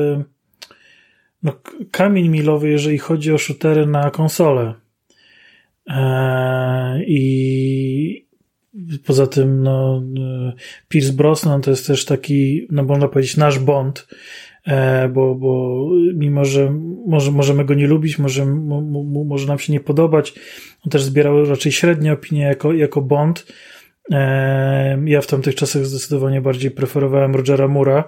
kamień milowy, jeżeli chodzi o shootery na konsolę. I poza tym Pierce Brosnan to jest też taki, można powiedzieć, nasz Bond, bo mimo, że możemy go nie lubić, może nam się nie podobać, on też zbierał raczej średnie opinie jako Bond. Ja w tamtych czasach zdecydowanie bardziej preferowałem Rogera Moore'a.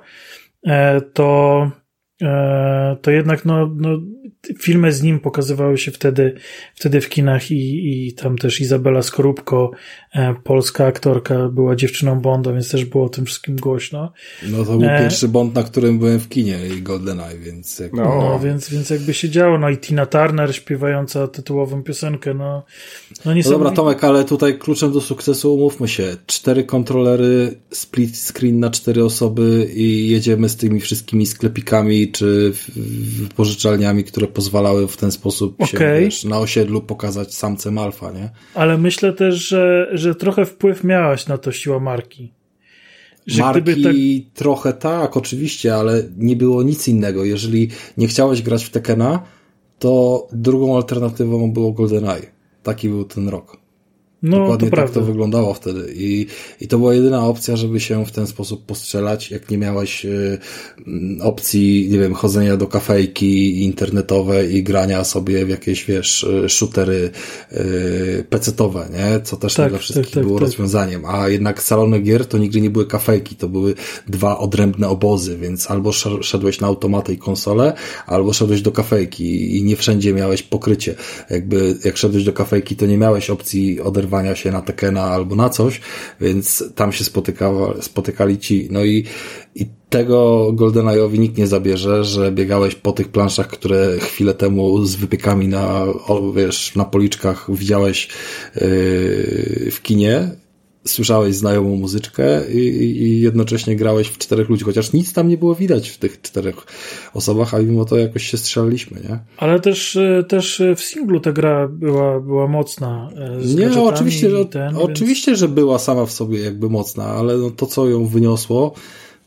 To jednak filmy z nim pokazywały się wtedy w kinach i tam też Izabela Skorupko, polska aktorka, była dziewczyną Bonda, więc też było o tym wszystkim głośno. No to był pierwszy Bond, na którym byłem w kinie i GoldenEye, więc więc jakby się działo, i Tina Turner śpiewająca tytułową piosenkę, dobra, Tomek, ale tutaj kluczem do sukcesu, umówmy się, 4 kontrolery, split screen na 4 osoby i jedziemy z tymi wszystkimi sklepikami czy wypożyczalniami, które pozwalały w ten sposób się na osiedlu pokazać samcem alfa, nie? Ale myślę też, że trochę wpływ miałaś na to siła marki. Że marki trochę tak, oczywiście, ale nie było nic innego. Jeżeli nie chciałeś grać w Tekena, to drugą alternatywą było GoldenEye. Taki był ten rok. Dokładnie to tak prawda. to wyglądało wtedy. I to była jedyna opcja, żeby się w ten sposób postrzelać, jak nie miałeś opcji, nie wiem, chodzenia do kafejki internetowe i grania sobie w jakieś, shootery pecetowe, nie? Co też nie dla wszystkich było rozwiązaniem. A jednak salony gier to nigdy nie były kafejki, to były 2 odrębne obozy, więc albo szedłeś na automatę i konsolę, albo szedłeś do kafejki i nie wszędzie miałeś pokrycie. Jak szedłeś do kafejki, to nie miałeś opcji oderwania się na Tekena albo na coś, więc tam się spotykali ci. No i tego GoldenEye'owi nikt nie zabierze, że biegałeś po tych planszach, które chwilę temu z wypiekami na policzkach widziałeś w kinie, słyszałeś znajomą muzyczkę i jednocześnie grałeś w 4 ludzi, chociaż nic tam nie było widać w tych 4 osobach, a mimo to jakoś się strzelaliśmy, nie? Ale też w singlu ta gra była mocna. Nie, oczywiście, że była sama w sobie jakby mocna, ale to, co ją wyniosło,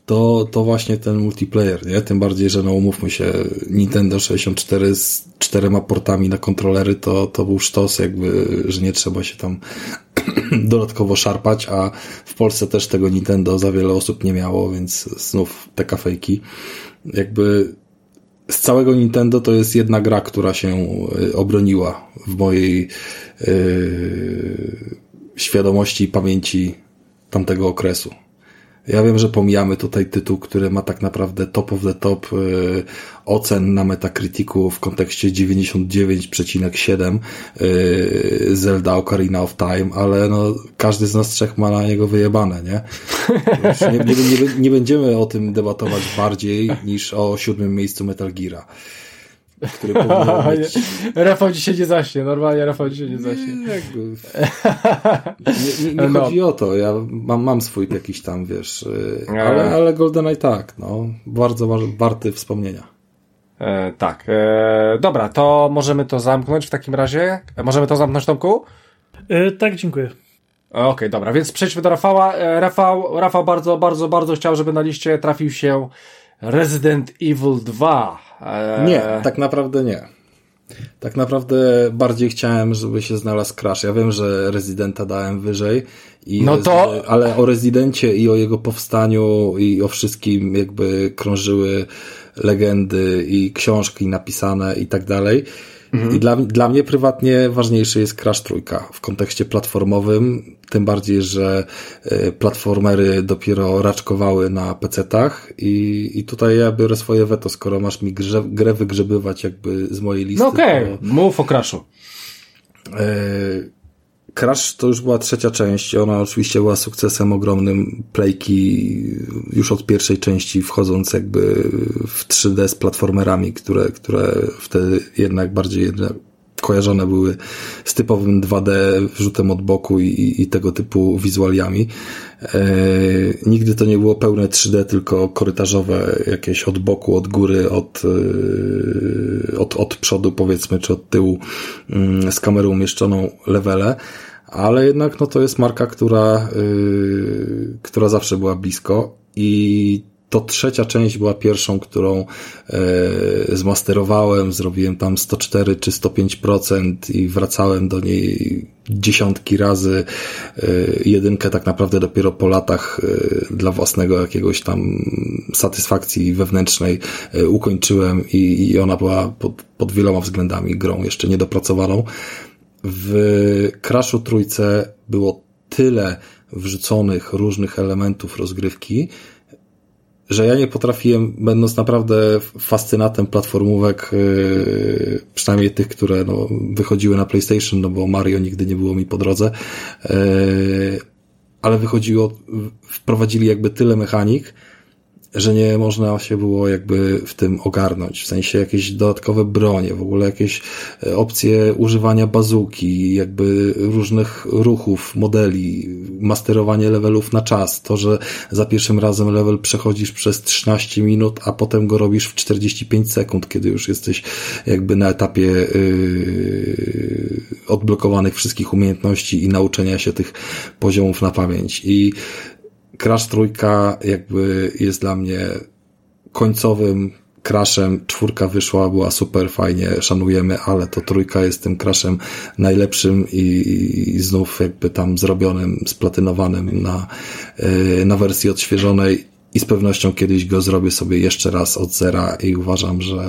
to właśnie ten multiplayer, nie? Tym bardziej, że no umówmy się, Nintendo 64 z 4 portami na kontrolery to był sztos, jakby, że nie trzeba się tam dodatkowo szarpać, a w Polsce też tego Nintendo za wiele osób nie miało, więc znów te kafejki. Jakby z całego Nintendo to jest jedna gra, która się obroniła w mojej świadomości i pamięci tamtego okresu. Ja wiem, że pomijamy tutaj tytuł, który ma tak naprawdę top of the top ocen na Metacriticu w kontekście 99,7 Zelda Ocarina of Time, ale no każdy z nas trzech ma na niego wyjebane, nie? Nie będziemy o tym debatować bardziej niż o 7. miejscu Metal Gear'a. Który powinien być... Rafał dzisiaj nie zaśnie, normalnie Rafał dzisiaj nie zaśnie. Nie chodzi o to, ja mam swój jakiś tam, wiesz, ale GoldenEye tak, no, bardzo warty wspomnienia. Tak, dobra, to możemy to zamknąć w takim razie. Możemy to zamknąć, Tomku? Tak, dziękuję. Okej, dobra, więc przejdźmy do Rafała. Rafał bardzo chciał, żeby na liście trafił się Resident Evil 2. Nie, tak naprawdę nie. Tak naprawdę bardziej chciałem, żeby się znalazł Crash. Ja wiem, że Residenta dałem wyżej, ale o Residencie i o jego powstaniu i o wszystkim jakby krążyły legendy i książki napisane i tak dalej. I dla mnie prywatnie ważniejszy jest Crash 3 w kontekście platformowym, tym bardziej, że platformery dopiero raczkowały na PC-tach i tutaj ja biorę swoje weto, skoro masz mi grę wygrzebywać jakby z mojej listy. No okej, mów o Crashu. Crash to już była 3. część, ona oczywiście była sukcesem ogromnym, Playki już od pierwszej części wchodząc jakby w 3D z platformerami, które wtedy jednak bardziej kojarzone były z typowym 2D wrzutem od boku i tego typu wizualiami. Nigdy to nie było pełne 3D, tylko korytarzowe jakieś od boku, od góry, od przodu powiedzmy, czy od tyłu z kamerą umieszczoną levele. Ale jednak no to jest marka, która zawsze była blisko i to 3. część była pierwszą, którą zmasterowałem, zrobiłem tam 104 czy 105% i wracałem do niej dziesiątki razy. 1 tak naprawdę dopiero po latach dla własnego jakiegoś tam satysfakcji wewnętrznej ukończyłem i ona była pod wieloma względami grą jeszcze niedopracowaną. W Crashu 3 było tyle wrzuconych różnych elementów rozgrywki, że ja nie potrafiłem, będąc naprawdę fascynatem platformówek, przynajmniej tych, które no, wychodziły na PlayStation, no bo Mario nigdy nie było mi po drodze, ale wprowadzili jakby tyle mechanik, że nie można się było jakby w tym ogarnąć, w sensie jakieś dodatkowe bronie, w ogóle jakieś opcje używania bazuki, jakby różnych ruchów, modeli, masterowanie levelów na czas, to, że za pierwszym razem level przechodzisz przez 13 minut, a potem go robisz w 45 sekund, kiedy już jesteś jakby na etapie odblokowanych wszystkich umiejętności i nauczenia się tych poziomów na pamięć. I Crash 3 jakby jest dla mnie końcowym Crashem. 4 wyszła, była super, fajnie, szanujemy, ale to 3 jest tym Crashem najlepszym i znów jakby tam zrobionym, splatynowanym na wersji odświeżonej i z pewnością kiedyś go zrobię sobie jeszcze raz od zera i uważam, że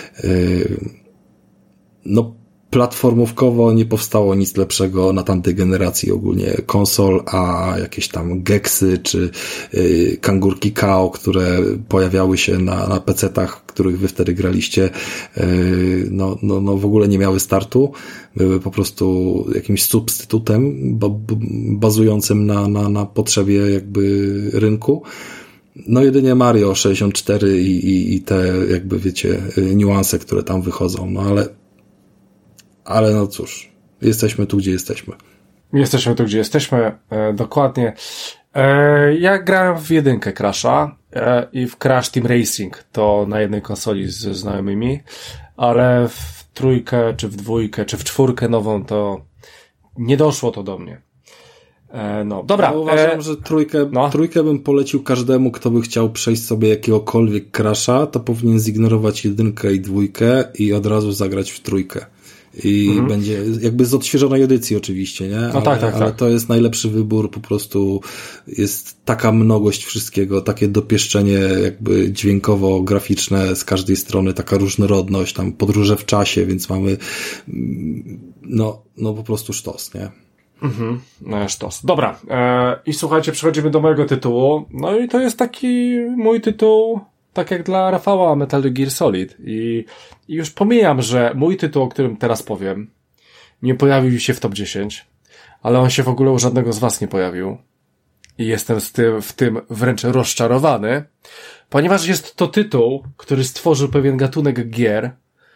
platformówkowo nie powstało nic lepszego na tamtej generacji ogólnie konsol, a jakieś tam Geksy czy Kangurki Kao, które pojawiały się na PC-tach, w których wy wtedy graliście, no w ogóle nie miały startu. Były po prostu jakimś substytutem bazującym na potrzebie jakby rynku. No jedynie Mario 64 i te jakby wiecie niuanse, które tam wychodzą, no ale no cóż, jesteśmy tu, gdzie jesteśmy. Jesteśmy tu, gdzie jesteśmy, dokładnie. Ja grałem w 1 Crasha i w Crash Team Racing, to na jednej konsoli ze znajomymi, ale w 3, czy w 2, czy w 4 nową to nie doszło to do mnie. No, dobra. Ja uważam, że trójkę bym polecił każdemu, kto by chciał przejść sobie jakiegokolwiek crasha, to powinien zignorować 1 i 2 i od razu zagrać w 3. I będzie jakby z odświeżonej edycji oczywiście, nie? No ale to jest najlepszy wybór, po prostu jest taka mnogość wszystkiego, takie dopieszczenie jakby dźwiękowo-graficzne z każdej strony, taka różnorodność, tam podróże w czasie, więc mamy no po prostu sztos, nie? Sztos. Dobra. I słuchajcie, przechodzimy do mojego tytułu. No i to jest taki mój tytuł, tak jak dla Rafała, Metal Gear Solid. I już pomijam, że mój tytuł, o którym teraz powiem, nie pojawił się w top 10, ale on się w ogóle u żadnego z was nie pojawił. I jestem w tym wręcz rozczarowany, ponieważ jest to tytuł, który stworzył pewien gatunek gier,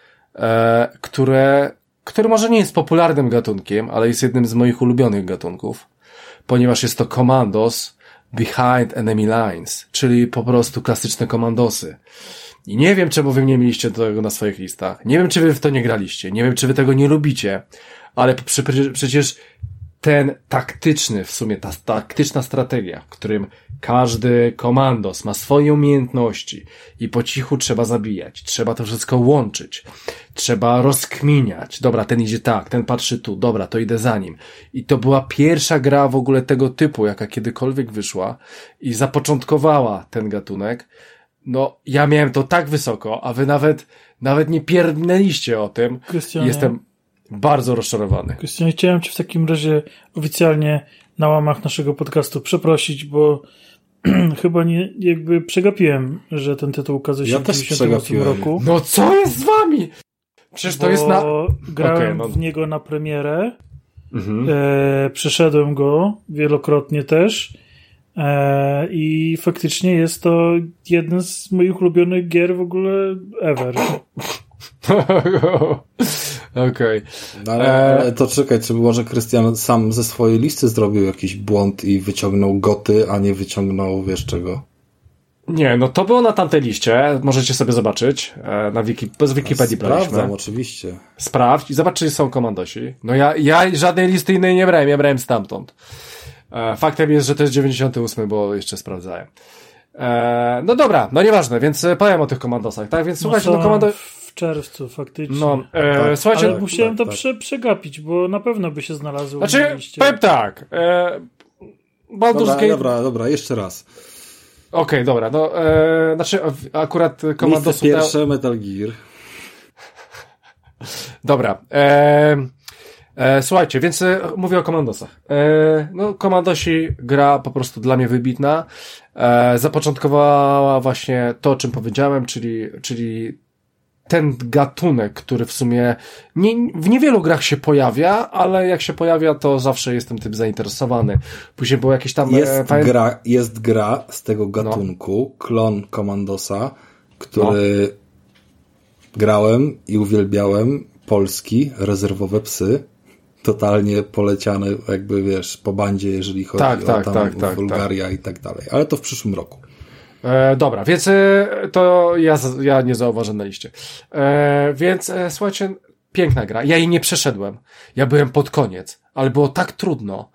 który może nie jest popularnym gatunkiem, ale jest jednym z moich ulubionych gatunków, ponieważ jest to Commandos Behind Enemy Lines, czyli po prostu klasyczne komandosy. I nie wiem, czemu wy nie mieliście tego na swoich listach. Nie wiem, czy wy w to nie graliście. Nie wiem, czy wy tego nie lubicie. Ale przecież ten taktyczny, w sumie ta taktyczna strategia, w którym każdy komandos ma swoje umiejętności i po cichu trzeba zabijać, trzeba to wszystko łączyć, trzeba rozkminiać, dobra, ten idzie tak, ten patrzy tu, dobra, to idę za nim. I to była pierwsza gra w ogóle tego typu, jaka kiedykolwiek wyszła i zapoczątkowała ten gatunek. No, ja miałem to tak wysoko, a wy nawet nie pierdnęliście o tym. Krystianie, jestem bardzo rozczarowany. Krystianie, chciałem cię w takim razie oficjalnie na łamach naszego podcastu przeprosić, bo chyba nie, jakby przegapiłem, że ten tytuł ukazał się w 1998 roku. No co jest z wami? Przecież to jest na... Grałem w niego na premierę, przeszedłem go wielokrotnie też i faktycznie jest to jeden z moich ulubionych gier w ogóle ever. Okej. Ale to czekaj, czy może Krystian sam ze swojej listy zrobił jakiś błąd i wyciągnął goty, a nie wyciągnął wiesz czego? Nie, no to było na tamtej liście, możecie sobie zobaczyć, bez Wikipedii braliśmy. Sprawdzam, oczywiście. Sprawdź i zobacz, czy są komandosi. No ja żadnej listy innej nie brałem, ja brałem stamtąd. Faktem jest, że to jest 98, bo jeszcze sprawdzałem. No dobra, no nieważne, więc powiem o tych komandosach, tak? Więc słuchajcie, no komando... w czerwcu faktycznie. No, słuchajcie... Ale musiałem to przegapić, bo na pewno by się znalazło. Znaczy, powiem tak, Baldur's Gate... Dobra, jeszcze raz. Okej, dobra, no, znaczy akurat komandosów... Pierwsze Metal Gear. Dobra, słuchajcie, więc mówię o komandosach. No, komandosi, gra po prostu dla mnie wybitna. Zapoczątkowała właśnie to, o czym powiedziałem, czyli ten gatunek, który w sumie w niewielu grach się pojawia, ale jak się pojawia, to zawsze jestem tym zainteresowany. Później było jakieś tam... Jest gra z tego gatunku, klon Commandosa, który grałem i uwielbiałem, polski, rezerwowe psy, totalnie poleciane jakby, wiesz, po bandzie, jeżeli chodzi o Bulgaria i tak dalej. Ale to w przyszłym roku. Dobra, więc to ja nie zauważam na liście. Więc słuchajcie, piękna gra. Ja jej nie przeszedłem. Ja byłem pod koniec, ale było tak trudno.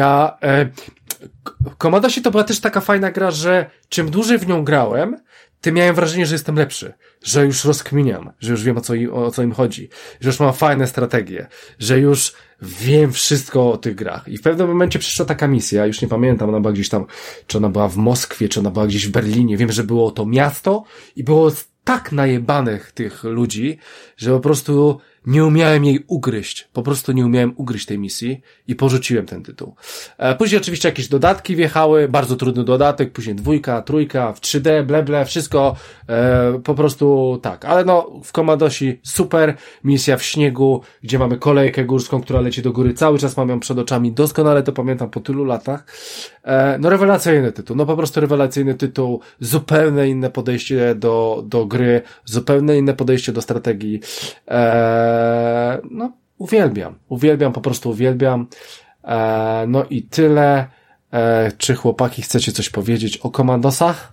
Commandosi to była też taka fajna gra, że czym dłużej w nią grałem, tym miałem wrażenie, że jestem lepszy, że już rozkminiam, że już wiem o co im chodzi, że już mam fajne strategie, że już wiem wszystko o tych grach. I w pewnym momencie przyszła taka misja, już nie pamiętam, ona była gdzieś tam, czy ona była w Moskwie, czy ona była gdzieś w Berlinie, wiem, że było to miasto i było tak najebanych tych ludzi, że po prostu nie umiałem jej ugryźć. Po prostu nie umiałem ugryźć tej misji i porzuciłem ten tytuł. Później oczywiście jakieś dodatki wjechały, bardzo trudny dodatek, później 2, 3, w 3D, bleble, wszystko po prostu tak. Ale no, w Commandosi super, misja w śniegu, gdzie mamy kolejkę górską, która leci do góry, cały czas mam ją przed oczami, doskonale to pamiętam po tylu latach. No rewelacyjny tytuł, no po prostu rewelacyjny tytuł, zupełnie inne podejście do gry, zupełnie inne podejście do strategii. No, uwielbiam, po prostu uwielbiam. No i tyle. Czy chłopaki chcecie coś powiedzieć o komandosach?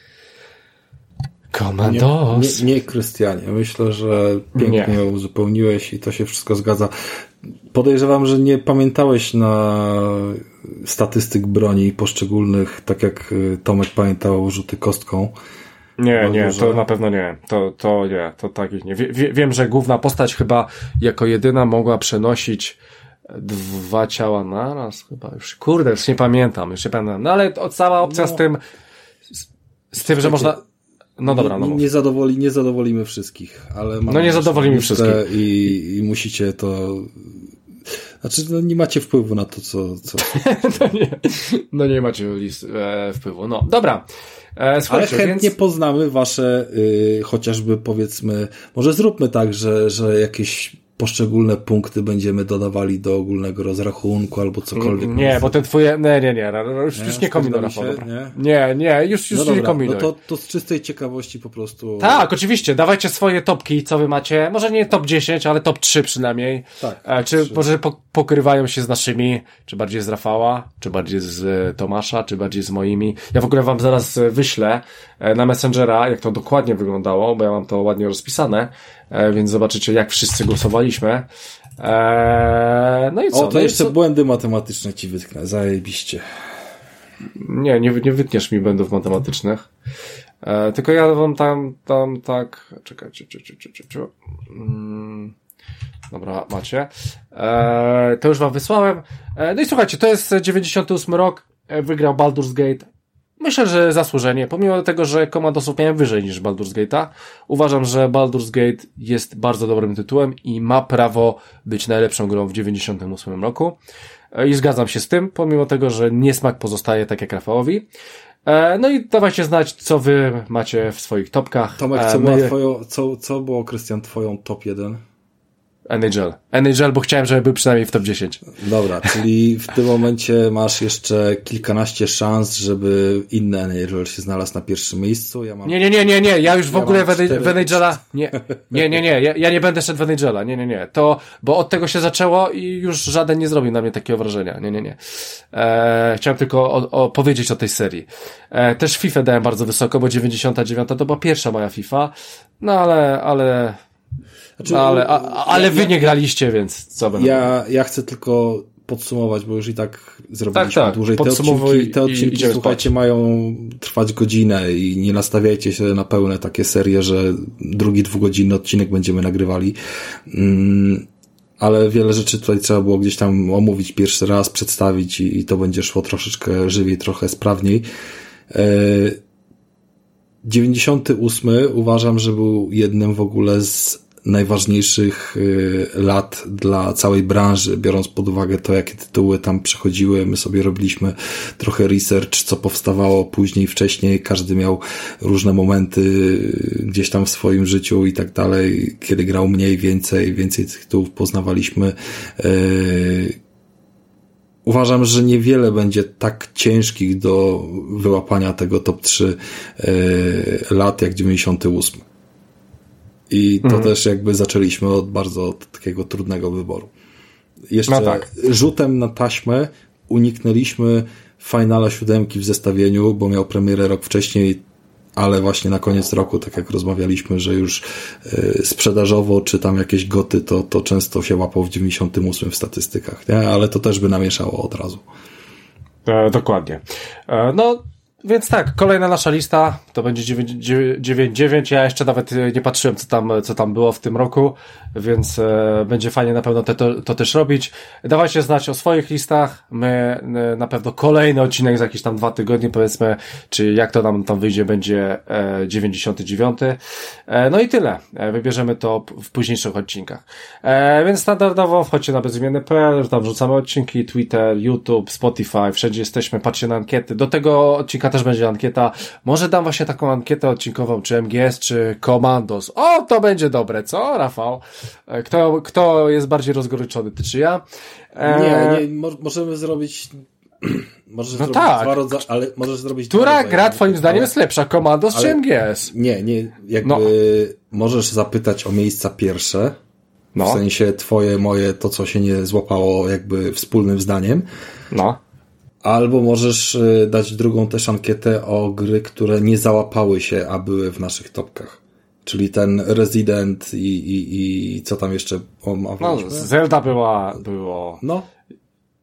Komandos. Nie, Krystianie. Myślę, że pięknie uzupełniłeś i to się wszystko zgadza. Podejrzewam, że nie pamiętałeś na statystyk broni poszczególnych, tak jak Tomek pamiętał, rzuty kostką. Nie, to na pewno nie. To nie, to takich nie. Wiem, że główna postać chyba jako jedyna mogła przenosić 2 ciała naraz chyba. Już nie pamiętam. No ale cała opcja z tym, że można... No dobra, nie zadowolimy wszystkich, ale mamy nie zadowolimy wszystkich. I musicie to... Znaczy, nie macie wpływu na to, co... nie macie wpływu. No, dobra. Ale chętnie poznamy wasze, chociażby powiedzmy, może zróbmy tak, że jakieś poszczególne punkty będziemy dodawali do ogólnego rozrachunku albo cokolwiek. Nie, bo ten twoje... Już nie kombinuj, Rafał. Nie, już dobra, nie kombinuj. No to z czystej ciekawości po prostu... Tak, oczywiście, dawajcie swoje topki, co wy macie. Może nie top 10, ale top 3 przynajmniej. Tak. Czy 3. Może pokrywają się z naszymi, czy bardziej z Rafała, czy bardziej z Tomasza, czy bardziej z moimi. Ja w ogóle wam zaraz wyślę na Messengera, jak to dokładnie wyglądało, bo ja mam to ładnie rozpisane, więc zobaczycie, jak wszyscy głosowaliśmy. No i co? To jeszcze błędy matematyczne ci wytknę, zajebiście. Nie wytniesz mi błędów matematycznych. Tylko ja wam tam tak... Czekajcie. Dobra, macie. To już wam wysłałem. No i słuchajcie, to jest 98 rok. Wygrał Baldur's Gate. Myślę, że zasłużenie. Pomimo tego, że Commandosów miałem wyżej niż Baldur's Gate'a, uważam, że Baldur's Gate jest bardzo dobrym tytułem i ma prawo być najlepszą grą w 98 roku. I zgadzam się z tym, pomimo tego, że niesmak pozostaje tak jak Rafałowi. No i dawajcie znać, co wy macie w swoich topkach. Tomek, co było, Krystian, twoją top 1? NHL, bo chciałem, żeby był przynajmniej w top 10. Dobra, czyli w tym momencie masz jeszcze kilkanaście szans, żeby inny NHL się znalazł na pierwszym miejscu. Nie, ja już w ogóle w NHL-a... Nie, ja nie będę szedł w NHL-a, nie. To, bo od tego się zaczęło i już żaden nie zrobił na mnie takiego wrażenia. Nie. Chciałem tylko powiedzieć o tej serii. Też FIFA dałem bardzo wysoko, bo 99 to była pierwsza moja FIFA, no ale wy nie graliście, więc co będę. Ja chcę tylko podsumować, bo już i tak zrobiliśmy dłużej. Te odcinki słuchajcie, mają trwać godzinę i nie nastawiajcie się na pełne takie serie, że drugi 2-godzinny odcinek będziemy nagrywali. Ale wiele rzeczy tutaj trzeba było gdzieś tam omówić pierwszy raz, przedstawić i to będzie szło troszeczkę żywiej, trochę sprawniej. 98 uważam, że był jednym w ogóle z najważniejszych lat dla całej branży, biorąc pod uwagę to, jakie tytuły tam przechodziły. My sobie robiliśmy trochę research, co powstawało później, wcześniej. Każdy miał różne momenty gdzieś tam w swoim życiu i tak dalej. Kiedy grał mniej, więcej tych tytułów poznawaliśmy. Uważam, że niewiele będzie tak ciężkich do wyłapania tego top 3 lat jak 98. I to też jakby zaczęliśmy od bardzo takiego trudnego wyboru. Jeszcze rzutem na taśmę uniknęliśmy finala 7 w zestawieniu, bo miał premierę rok wcześniej, ale właśnie na koniec roku, tak jak rozmawialiśmy, że już sprzedażowo czy tam jakieś goty, to często się łapał w 98 w statystykach, nie? Ale to też by namieszało od razu. Dokładnie. Więc tak, kolejna nasza lista to będzie 9-9. Ja jeszcze nawet nie patrzyłem, co tam było w tym roku, więc będzie fajnie na pewno to też robić. Dawajcie znać o swoich listach. My na pewno kolejny odcinek za jakieś tam 2 tygodnie, powiedzmy, czy jak to nam tam wyjdzie, będzie 99. No i tyle. Wybierzemy to w późniejszych odcinkach. Więc standardowo wchodźcie na bezimienny.pl, tam wrzucamy odcinki, Twitter, YouTube, Spotify, wszędzie jesteśmy, patrzcie na ankiety. Do tego odcinka też będzie ankieta. Może dam właśnie taką ankietę odcinkową, czy MGS, czy Commandos. O, to będzie dobre, co, Rafał? Kto jest bardziej rozgoryczony, ty czy ja? Możemy zrobić... Możesz zrobić tak. 2 rodzaje, ale możesz zrobić... Która gra twoim zdaniem jest lepsza, Commandos czy MGS? Nie, możesz zapytać o miejsca pierwsze, w sensie twoje, moje, to co się nie złapało jakby wspólnym zdaniem. Albo możesz dać drugą też ankietę o gry, które nie załapały się, a były w naszych topkach. Czyli ten Resident i co tam jeszcze omawialiśmy? Zelda było.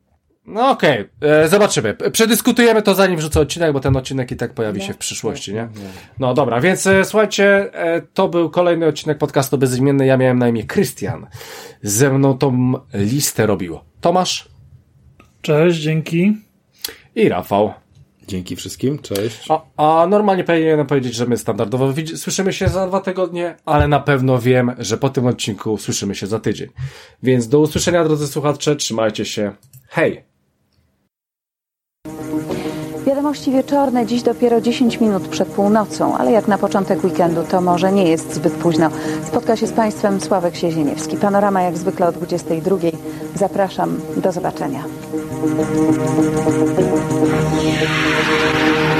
No okej, zobaczymy. Przedyskutujemy to zanim wrzucę odcinek, bo ten odcinek i tak pojawi się w przyszłości, nie? No dobra, więc słuchajcie, to był kolejny odcinek podcastu Bezimienny. Ja miałem na imię Krystian. Ze mną tą listę robił Tomasz. Cześć, dzięki. I Rafał. Dzięki wszystkim, cześć. A normalnie powinienem powiedzieć, że my standardowo słyszymy się za 2 tygodnie, ale na pewno wiem, że po tym odcinku słyszymy się za tydzień. Więc do usłyszenia, drodzy słuchacze, trzymajcie się. Hej! Wiadomości wieczorne dziś dopiero 10 minut przed północą, ale jak na początek weekendu to może nie jest zbyt późno. Spotka się z Państwem Sławek Siezieniewski. Panorama jak zwykle o 22:00. Zapraszam, do zobaczenia.